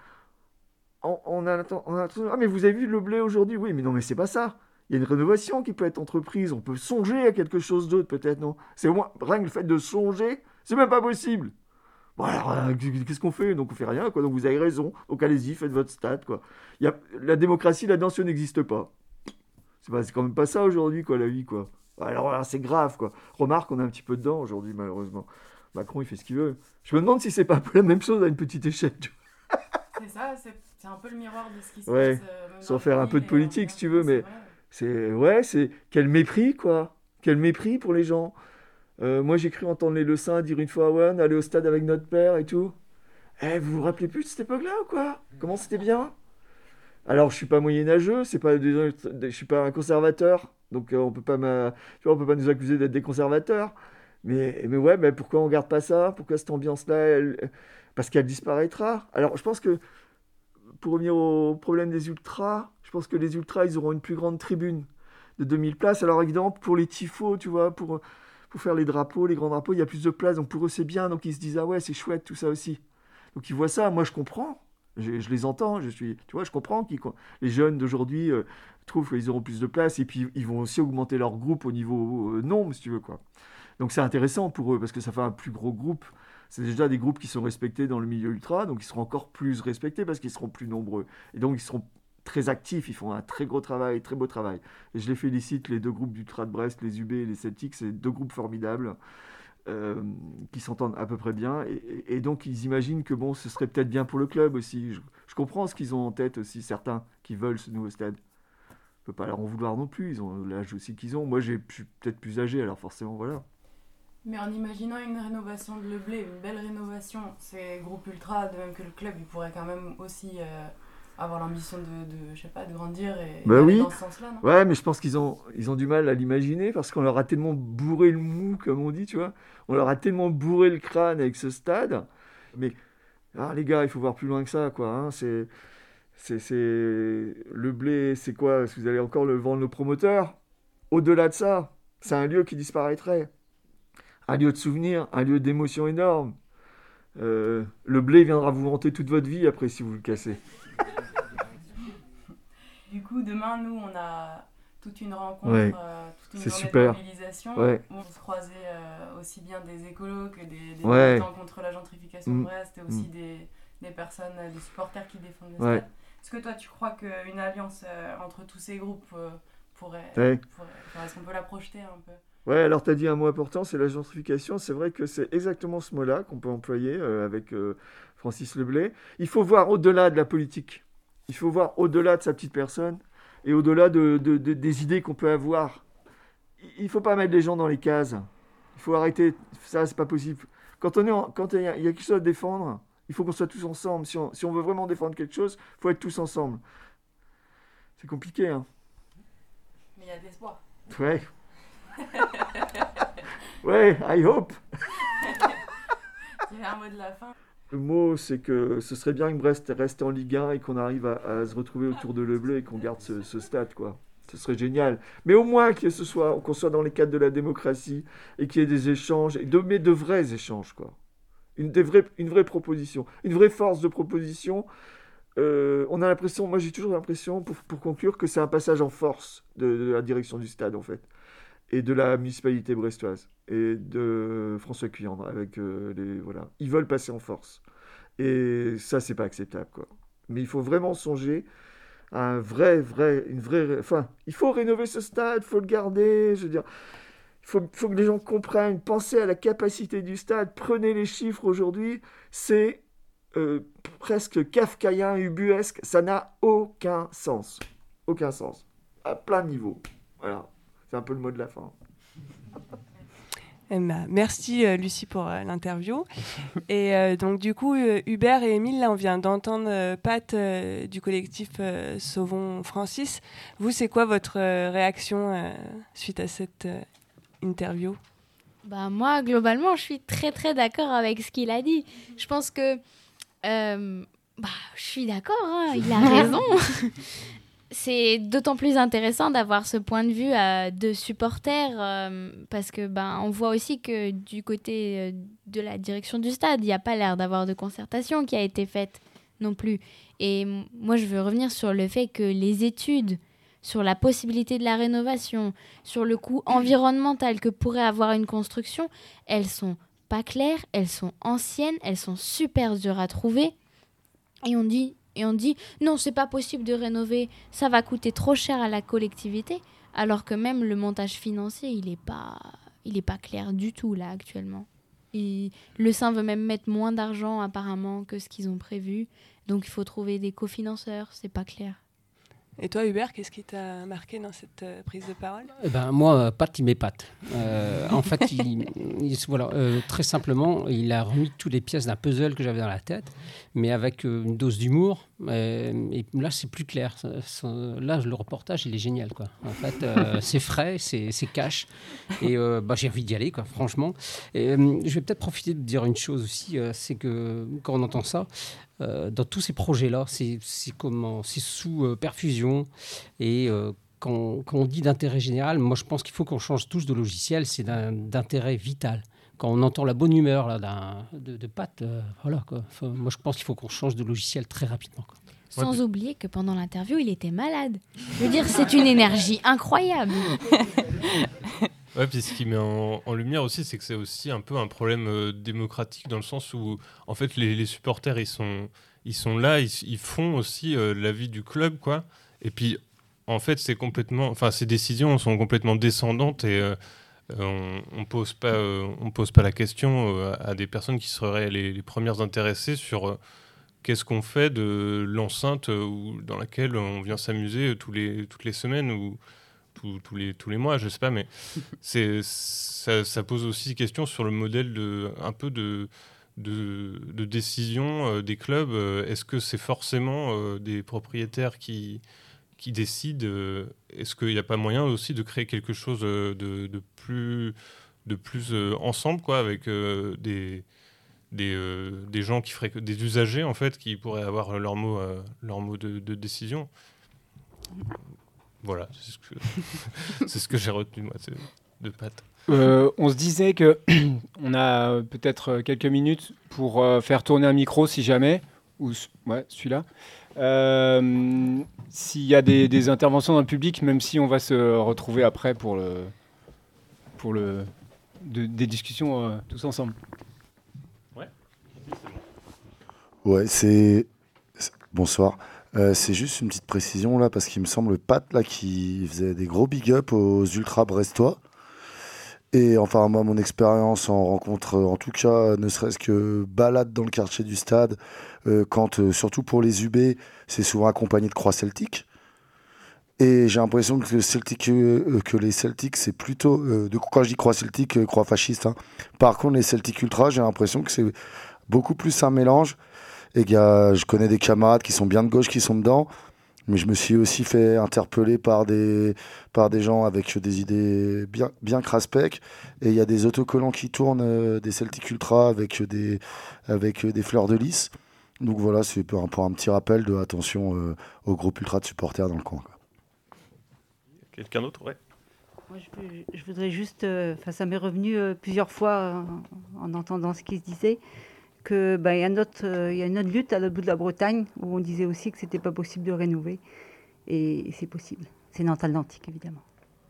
[SPEAKER 10] on, on a, on a... Ah, mais vous avez vu le blé aujourd'hui? Oui, mais non, mais c'est pas ça. Il y a une rénovation qui peut être entreprise. On peut songer à quelque chose d'autre, peut-être, non? C'est au moins, rien que le fait de songer, c'est même pas possible. Bon, alors, euh, qu'est-ce qu'on fait? Donc, on fait rien, quoi. Donc, vous avez raison. Donc, allez-y, faites votre stade, quoi. Y a... La démocratie, là-dedans, ça n'existe pas. C'est, pas. c'est quand même pas ça, aujourd'hui, quoi, la vie, quoi. Alors là, c'est grave, quoi. Remarque, on est un petit peu dedans, aujourd'hui, malheureusement. Macron, il fait ce qu'il veut. Je me demande si c'est pas un peu la même chose à une petite échelle, tu vois.
[SPEAKER 22] C'est ça, c'est, c'est un peu le miroir de ce qui se
[SPEAKER 10] ouais.
[SPEAKER 22] passe. Euh,
[SPEAKER 10] Sans faire un peu de politique, si tu veux, mais... C'est... Ouais, c'est... Quel mépris, quoi. Quel mépris pour les gens. Euh, moi, j'ai cru entendre les Le Saint dire une fois à One, aller au stade avec notre père et tout. Eh, vous vous rappelez plus de cette époque-là ou quoi? Comment c'était bien? Alors, je suis pas moyenâgeux, c'est pas des... je suis pas un conservateur, donc euh, on peut pas m'a... tu vois, on peut pas nous accuser d'être des conservateurs. Mais, mais ouais, mais pourquoi on garde pas ça? Pourquoi cette ambiance-là, elle... parce qu'elle disparaîtra. Alors, je pense que pour revenir au problème des ultras, je pense que les ultras, ils auront une plus grande tribune de deux mille places. Alors, évidemment, pour les tifos, tu vois, pour pour faire les drapeaux, les grands drapeaux, il y a plus de place, donc pour eux c'est bien, donc ils se disent ah ouais c'est chouette tout ça aussi. Donc ils voient ça, moi je comprends, je, je les entends, je suis, tu vois, je comprends qu'ils, les jeunes d'aujourd'hui euh, trouvent qu'ils auront plus de place et puis ils vont aussi augmenter leur groupe au niveau euh, nombre si tu veux quoi. Donc c'est intéressant pour eux parce que ça fait un plus gros groupe. C'est déjà des groupes qui sont respectés dans le milieu ultra, donc ils seront encore plus respectés parce qu'ils seront plus nombreux et donc ils seront très actifs, ils font un très gros travail, très beau travail. Et je les félicite, les deux groupes d'Ultra de Brest, les U B et les Celtics, c'est deux groupes formidables euh, qui s'entendent à peu près bien. Et, et donc ils imaginent que bon, ce serait peut-être bien pour le club aussi. Je, je comprends ce qu'ils ont en tête aussi, certains qui veulent ce nouveau stade. On ne peut pas leur en vouloir non plus, ils ont l'âge aussi qu'ils ont. Moi, j'ai, je suis peut-être plus âgé, alors forcément, voilà.
[SPEAKER 22] Mais en imaginant une rénovation de Le Blé, une belle rénovation, ces groupes ultra, de même que le club, ils pourraient quand même aussi... Euh... avoir l'ambition de, de, je sais pas, de grandir et,
[SPEAKER 10] bah
[SPEAKER 22] et
[SPEAKER 10] oui.
[SPEAKER 22] dans ce sens-là, non?
[SPEAKER 10] Ouais, mais je pense qu'ils ont, ils ont du mal à l'imaginer parce qu'on leur a tellement bourré le mou, comme on dit, tu vois. On leur a tellement bourré le crâne avec ce stade. Mais, ah, les gars, il faut voir plus loin que ça, quoi. Hein. C'est, c'est, c'est... Le Blé, c'est quoi? Est-ce que vous allez encore le vendre aux promoteurs? Au-delà de ça, c'est un lieu qui disparaîtrait. Un lieu de souvenir, un lieu d'émotion énorme. Euh, le Blé viendra vous hanter toute votre vie après si vous le cassez.
[SPEAKER 22] Du coup, demain, nous, on a toute une rencontre,
[SPEAKER 10] ouais.
[SPEAKER 22] euh, toute une
[SPEAKER 10] c'est
[SPEAKER 22] journée
[SPEAKER 10] super.
[SPEAKER 22] de mobilisation.
[SPEAKER 10] Ouais.
[SPEAKER 22] On se croisait euh, aussi bien des écolos que des, des
[SPEAKER 10] ouais.
[SPEAKER 22] militants contre la gentrification
[SPEAKER 10] mmh.
[SPEAKER 22] de Brest et aussi mmh. des, des personnes, des supporters qui défendent le
[SPEAKER 10] ouais.
[SPEAKER 22] stade. Est-ce que toi, tu crois qu'une alliance euh, entre tous ces groupes euh, pourrait,
[SPEAKER 10] ouais.
[SPEAKER 22] pourrait... Enfin, est-ce qu'on peut la projeter un peu?
[SPEAKER 10] Ouais, alors tu as dit un mot important, c'est la gentrification. C'est vrai que c'est exactement ce mot-là qu'on peut employer euh, avec euh, Francis Le Blé. Il faut voir au-delà de la politique. Il faut voir au-delà de sa petite personne et au-delà de, de, de, des idées qu'on peut avoir. Il ne faut pas mettre les gens dans les cases. Il faut arrêter. Ça, c'est pas possible. Quand on est en, quand il y, y a quelque chose à défendre, il faut qu'on soit tous ensemble. Si on, si on veut vraiment défendre quelque chose, il faut être tous ensemble. C'est compliqué, hein.
[SPEAKER 22] Mais il y a de l'espoir.
[SPEAKER 10] Ouais. Ouais, I hope.
[SPEAKER 22] Il y a un mot de la fin.
[SPEAKER 10] Le mot, c'est que ce serait bien que Brest reste en Ligue un et qu'on arrive à, à se retrouver autour de Le Blé et qu'on garde ce, ce stade, quoi. Ce serait génial. Mais au moins que ce soit, qu'on soit dans les cadres de la démocratie et qu'il y ait des échanges, et de, mais de vrais échanges, quoi. Une, des vrais, une vraie proposition, une vraie force de proposition. Euh, on a l'impression, moi j'ai toujours l'impression, pour, pour conclure, que c'est un passage en force de, de la direction du stade, en fait. Et de la municipalité brestoise et de François Cuyandre avec euh, les voilà, ils veulent passer en force et ça c'est pas acceptable quoi. Mais il faut vraiment songer à un vrai vrai une vraie enfin il faut rénover ce stade, faut le garder, je veux dire il faut faut que les gens comprennent, pensez à la capacité du stade, prenez les chiffres aujourd'hui, c'est euh, presque kafkaïen, ubuesque, ça n'a aucun sens, aucun sens à plein de niveaux. Voilà. C'est un peu le mot de la fin.
[SPEAKER 12] Eh ben, merci euh, Lucie pour euh, l'interview. Et euh, donc du coup, euh, Hubert et Émile, là on vient d'entendre euh, Pat euh, du collectif euh, Sauvons Francis. Vous, c'est quoi votre euh, réaction euh, suite à cette euh, interview ?
[SPEAKER 24] Bah, moi, globalement, je suis très très d'accord avec ce qu'il a dit. Je pense que... Euh, bah, je suis d'accord, hein, il a raison. C'est d'autant plus intéressant d'avoir ce point de vue euh, de supporters euh, parce que ben, on voit aussi que du côté euh, de la direction du stade, il n'y a pas l'air d'avoir de concertation qui a été faite non plus. Et m- moi, je veux revenir sur le fait que les études sur la possibilité de la rénovation, sur le coût environnemental que pourrait avoir une construction, elles sont pas claires, elles sont anciennes, elles sont super dures à trouver. Et on dit... Et on dit, non, c'est pas possible de rénover, ça va coûter trop cher à la collectivité, alors que même le montage financier, il est pas, il est pas clair du tout, là, actuellement. Et le S A I veut même mettre moins d'argent, apparemment, que ce qu'ils ont prévu. Donc, il faut trouver des cofinanceurs, c'est pas clair.
[SPEAKER 12] Et toi, Hubert, qu'est-ce qui t'a marqué dans cette euh, prise de parole ?
[SPEAKER 23] Eh ben, moi, Pat, il m'épate. Euh, en fait, il, il- voilà, euh, très simplement, il a remis toutes les pièces d'un puzzle que j'avais dans la tête, mais avec euh, une dose d'humour. Euh, et là, c'est plus clair. Ça- ça- là, le reportage, il est génial, quoi. En fait, euh, c'est frais, c'est, c'est cash. Et euh, bah, j'ai envie d'y aller, quoi, franchement. Et, euh, je vais peut-être profiter de dire une chose aussi, euh, c'est que quand on entend ça, euh, dans tous ces projets-là, c'est, c'est, comment, c'est sous euh, perfusion. Et euh, quand, quand on dit d'intérêt général, moi je pense qu'il faut qu'on change tous de logiciel, c'est d'un, d'intérêt vital. Quand on entend la bonne humeur là, d'un, de, de Pat, euh, voilà, quoi. Enfin, moi je pense qu'il faut qu'on change de logiciel très rapidement, quoi.
[SPEAKER 24] Sans ouais, oublier que pendant l'interview, il était malade. Je veux dire, c'est une énergie incroyable.
[SPEAKER 9] Ouais, puis ce qui met en, en lumière aussi, c'est que c'est aussi un peu un problème euh, démocratique dans le sens où, en fait, les, les supporters, ils sont, ils sont là, ils, ils font aussi euh, la vie du club, quoi. Et puis, en fait, c'est complètement, enfin, ces décisions sont complètement descendantes et euh, on, on pose pas, euh, on pose pas la question euh, à des personnes qui seraient les, les premières intéressées sur euh, qu'est-ce qu'on fait de l'enceinte euh, où, dans laquelle on vient s'amuser tous les, toutes les semaines ou tous, tous les, tous les mois, je sais pas, mais c'est, ça, ça pose aussi question sur le modèle de, un peu de, de, de décision euh, des clubs. Euh, est-ce que c'est forcément euh, des propriétaires qui, qui décident euh, Est-ce qu'il n'y a pas moyen aussi de créer quelque chose euh, de, de plus, de plus euh, ensemble, quoi, avec euh, des, des, euh, des gens qui feraient, des usagers en fait, qui pourraient avoir leur mot, euh, leur mot de, de décision. Voilà, c'est ce que, c'est ce que j'ai retenu, moi, c'est de Pat.
[SPEAKER 17] Euh, on se disait que on a peut-être quelques minutes pour euh, faire tourner un micro si jamais, ou ouais, celui-là. Euh, s'il y a des, des interventions dans le public, même si on va se retrouver après pour le, pour le, de, des discussions euh, tous ensemble.
[SPEAKER 9] Ouais.
[SPEAKER 1] Ouais, c'est, c'est... bonsoir. Euh, c'est juste une petite précision là, parce qu'il me semble Pat là qui faisait des gros big up aux ultras brestois. Et enfin, moi, mon expérience en rencontre, en tout cas, ne serait-ce que balade dans le quartier du stade, euh, quand, euh, surtout pour les U B, c'est souvent accompagné de croix celtiques. Et j'ai l'impression que, Celtic, euh, que les Celtics, c'est plutôt... Euh, de, quand je dis croix celtique, euh, croix fasciste. Hein. Par contre, les Celtics ultra, j'ai l'impression que c'est beaucoup plus un mélange. Et y a, je connais des camarades qui sont bien de gauche, qui sont dedans. Mais je me suis aussi fait interpeller par des, par des gens avec des idées bien, bien craspec. Et il y a des autocollants qui tournent, euh, des Celtic Ultra avec des, avec des fleurs de lys. Donc voilà, c'est pour un, pour un petit rappel de attention euh, au groupe ultra de supporters dans le coin, quoi.
[SPEAKER 9] Quelqu'un d'autre, ouais.
[SPEAKER 11] Moi, je, peux, je voudrais juste, euh, ça m'est revenu euh, plusieurs fois euh, en entendant ce qui se disait, qu'il bah, y, euh, y a une autre lutte à l'autre bout de la Bretagne où on disait aussi que c'était pas possible de rénover. Et, et c'est possible. C'est Nantes-Atlantique, évidemment.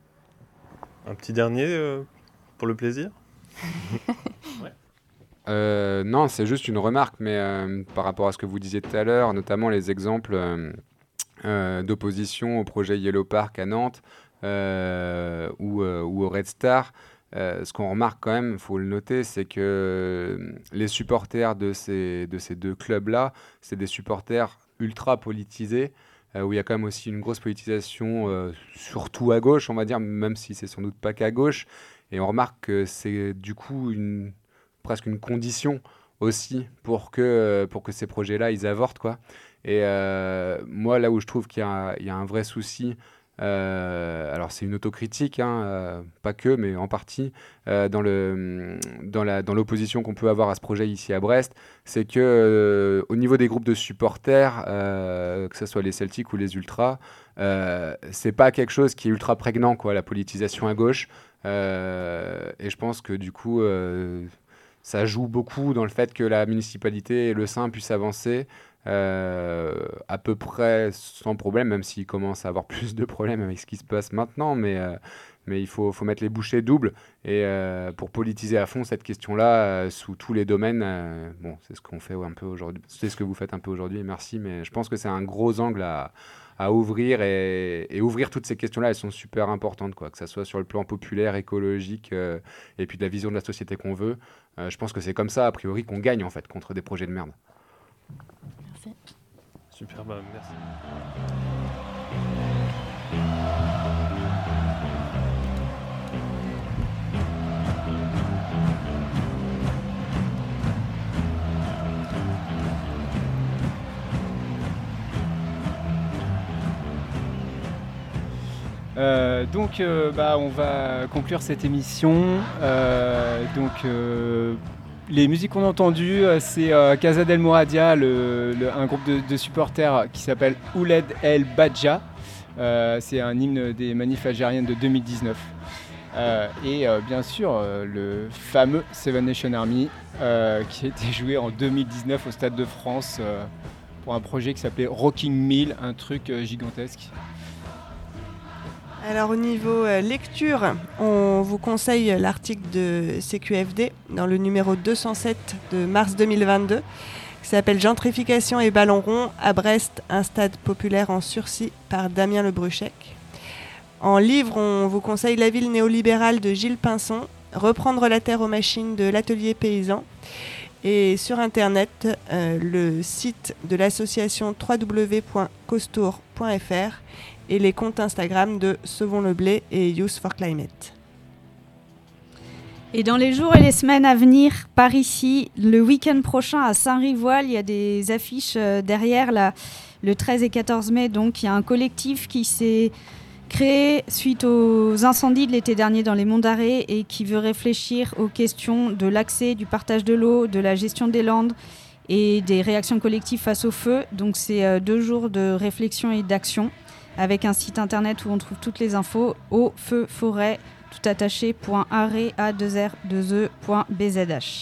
[SPEAKER 9] Un petit dernier euh, pour le plaisir.
[SPEAKER 13] Ouais. Euh, non, c'est juste une remarque, mais euh, par rapport à ce que vous disiez tout à l'heure, notamment les exemples euh, euh, d'opposition au projet Yellow Park à Nantes euh, ou, euh, ou au Red Star, euh, ce qu'on remarque quand même, il faut le noter, c'est que les supporters de ces, de ces deux clubs-là, c'est des supporters ultra politisés, euh, où il y a quand même aussi une grosse politisation, euh, surtout à gauche, on va dire, même si c'est sans doute pas qu'à gauche. Et on remarque que c'est du coup une, presque une condition aussi pour que, pour que ces projets-là, ils avortent, quoi. Et euh, moi, là où je trouve qu'il y a, il y a un vrai souci, euh, alors c'est une autocritique, hein, euh, pas que, mais en partie, euh, dans, le, dans, la, dans l'opposition qu'on peut avoir à ce projet ici à Brest, c'est que euh, au niveau des groupes de supporters, euh, que ce soit les Celtics ou les Ultras, euh, c'est pas quelque chose qui est ultra prégnant, quoi, la politisation à gauche. Euh, et je pense que du coup, euh, ça joue beaucoup dans le fait que la municipalité et le Saint puissent avancer euh, à peu près sans problème, même s'il commence à avoir plus de problèmes avec ce qui se passe maintenant, mais, euh, mais il faut, faut mettre les bouchées doubles et euh, pour politiser à fond cette question-là euh, sous tous les domaines. Euh, bon, c'est ce qu'on fait un peu aujourd'hui, c'est ce que vous faites un peu aujourd'hui, merci, mais je pense que c'est un gros angle à, à ouvrir et, et ouvrir toutes ces questions-là, elles sont super importantes, quoi, que ça soit sur le plan populaire, écologique euh, et puis de la vision de la société qu'on veut. Euh, je pense que c'est comme ça, a priori, qu'on gagne en fait contre des projets de merde.
[SPEAKER 22] Merci.
[SPEAKER 9] Super, bah, merci.
[SPEAKER 17] Euh, donc, euh, bah, on va conclure cette émission. Euh, donc, euh, les musiques qu'on a entendues, euh, c'est euh, Casa del Moradia, le, le, un groupe de, de supporters qui s'appelle Ouled El Badja. Euh, c'est un hymne des manifs algériennes de deux mille dix-neuf. Euh, et euh, bien sûr, euh, le fameux Seven Nation Army euh, qui a été joué en deux mille dix-neuf au Stade de France euh, pour un projet qui s'appelait Rocking Mill, un truc euh, gigantesque.
[SPEAKER 12] Alors au niveau euh, lecture, on vous conseille l'article de C Q F D dans le numéro deux cent sept de mars deux mille vingt-deux qui s'appelle « Gentrification et ballon rond à Brest, un stade populaire en sursis » par Damien Le Bruchec. En livre, on vous conseille « La ville néolibérale » de Gilles Pinson, « Reprendre la terre aux machines » de l'Atelier Paysan. Et sur Internet, euh, le site de l'association w w w point costour point f r et les comptes Instagram de Sauvons le blé et Youth for Climate.
[SPEAKER 21] Et dans les jours et les semaines à venir, par ici, le week-end prochain à Saint-Rivoal, il y a des affiches euh, derrière là, le treize et quatorze mai. Donc il y a un collectif qui s'est créé suite aux incendies de l'été dernier dans les Monts d'Arrée et qui veut réfléchir aux questions de l'accès, du partage de l'eau, de la gestion des landes et des réactions collectives face au feu. Donc c'est euh, deux jours de réflexion et d'action, avec un site internet où on trouve toutes les infos au feu forêt tout attaché point arrêt a deux r deux e point b z h.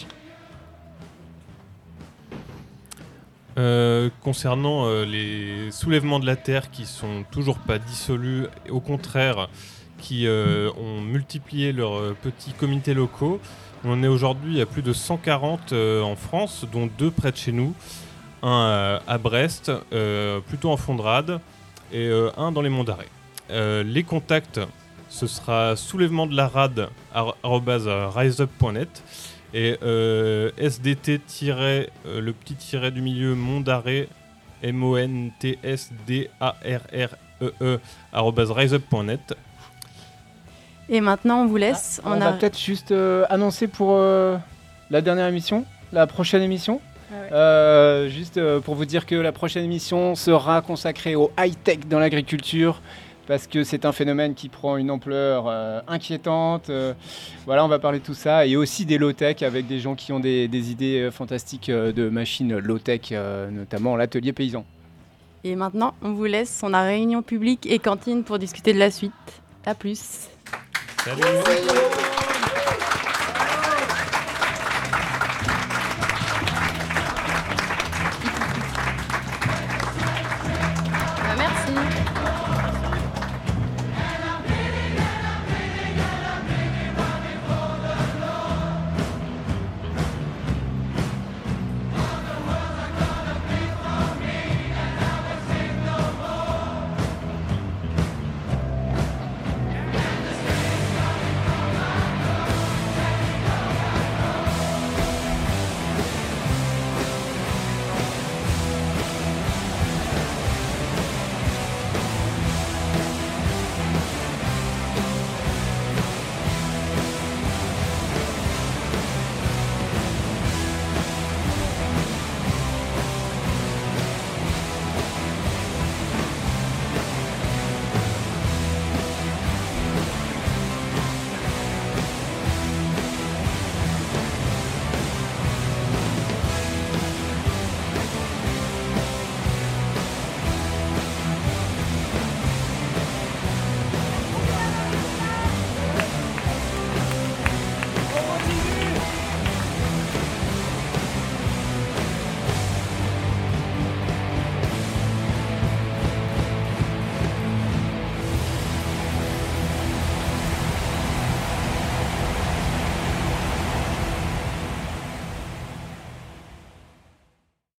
[SPEAKER 9] Euh, concernant euh, les soulèvements de la terre qui sont toujours pas dissolus, au contraire, qui euh, ont multiplié leurs euh, petits comités locaux, on est aujourd'hui à plus de cent quarante euh, en France, dont deux près de chez nous, un euh, à Brest, euh, plutôt en Fondrade, et euh, un dans les Monts d'Arrée. Euh, les contacts, ce sera soulèvement de la rade arobase riseup point net et euh, sdt euh, le petit tiret du milieu Mont d'Arrée m o n t s d a r r e e arobase riseup point net.
[SPEAKER 22] Et maintenant on vous laisse.
[SPEAKER 17] Ah,
[SPEAKER 22] on
[SPEAKER 17] on
[SPEAKER 22] a...
[SPEAKER 17] va peut-être juste euh, annoncer pour euh, la dernière émission, la prochaine émission.
[SPEAKER 22] Ah ouais.
[SPEAKER 17] Euh, juste euh, pour vous dire que la prochaine émission sera consacrée au high-tech dans l'agriculture, parce que c'est un phénomène qui prend une ampleur euh, inquiétante. Euh, voilà, on va parler de tout ça, et aussi des low-tech avec des gens qui ont des, des idées euh, fantastiques euh, de machines low-tech, euh, notamment l'atelier paysan.
[SPEAKER 22] Et maintenant, on vous laisse. On a réunion publique et cantine pour discuter de la suite. À plus.
[SPEAKER 9] Salut.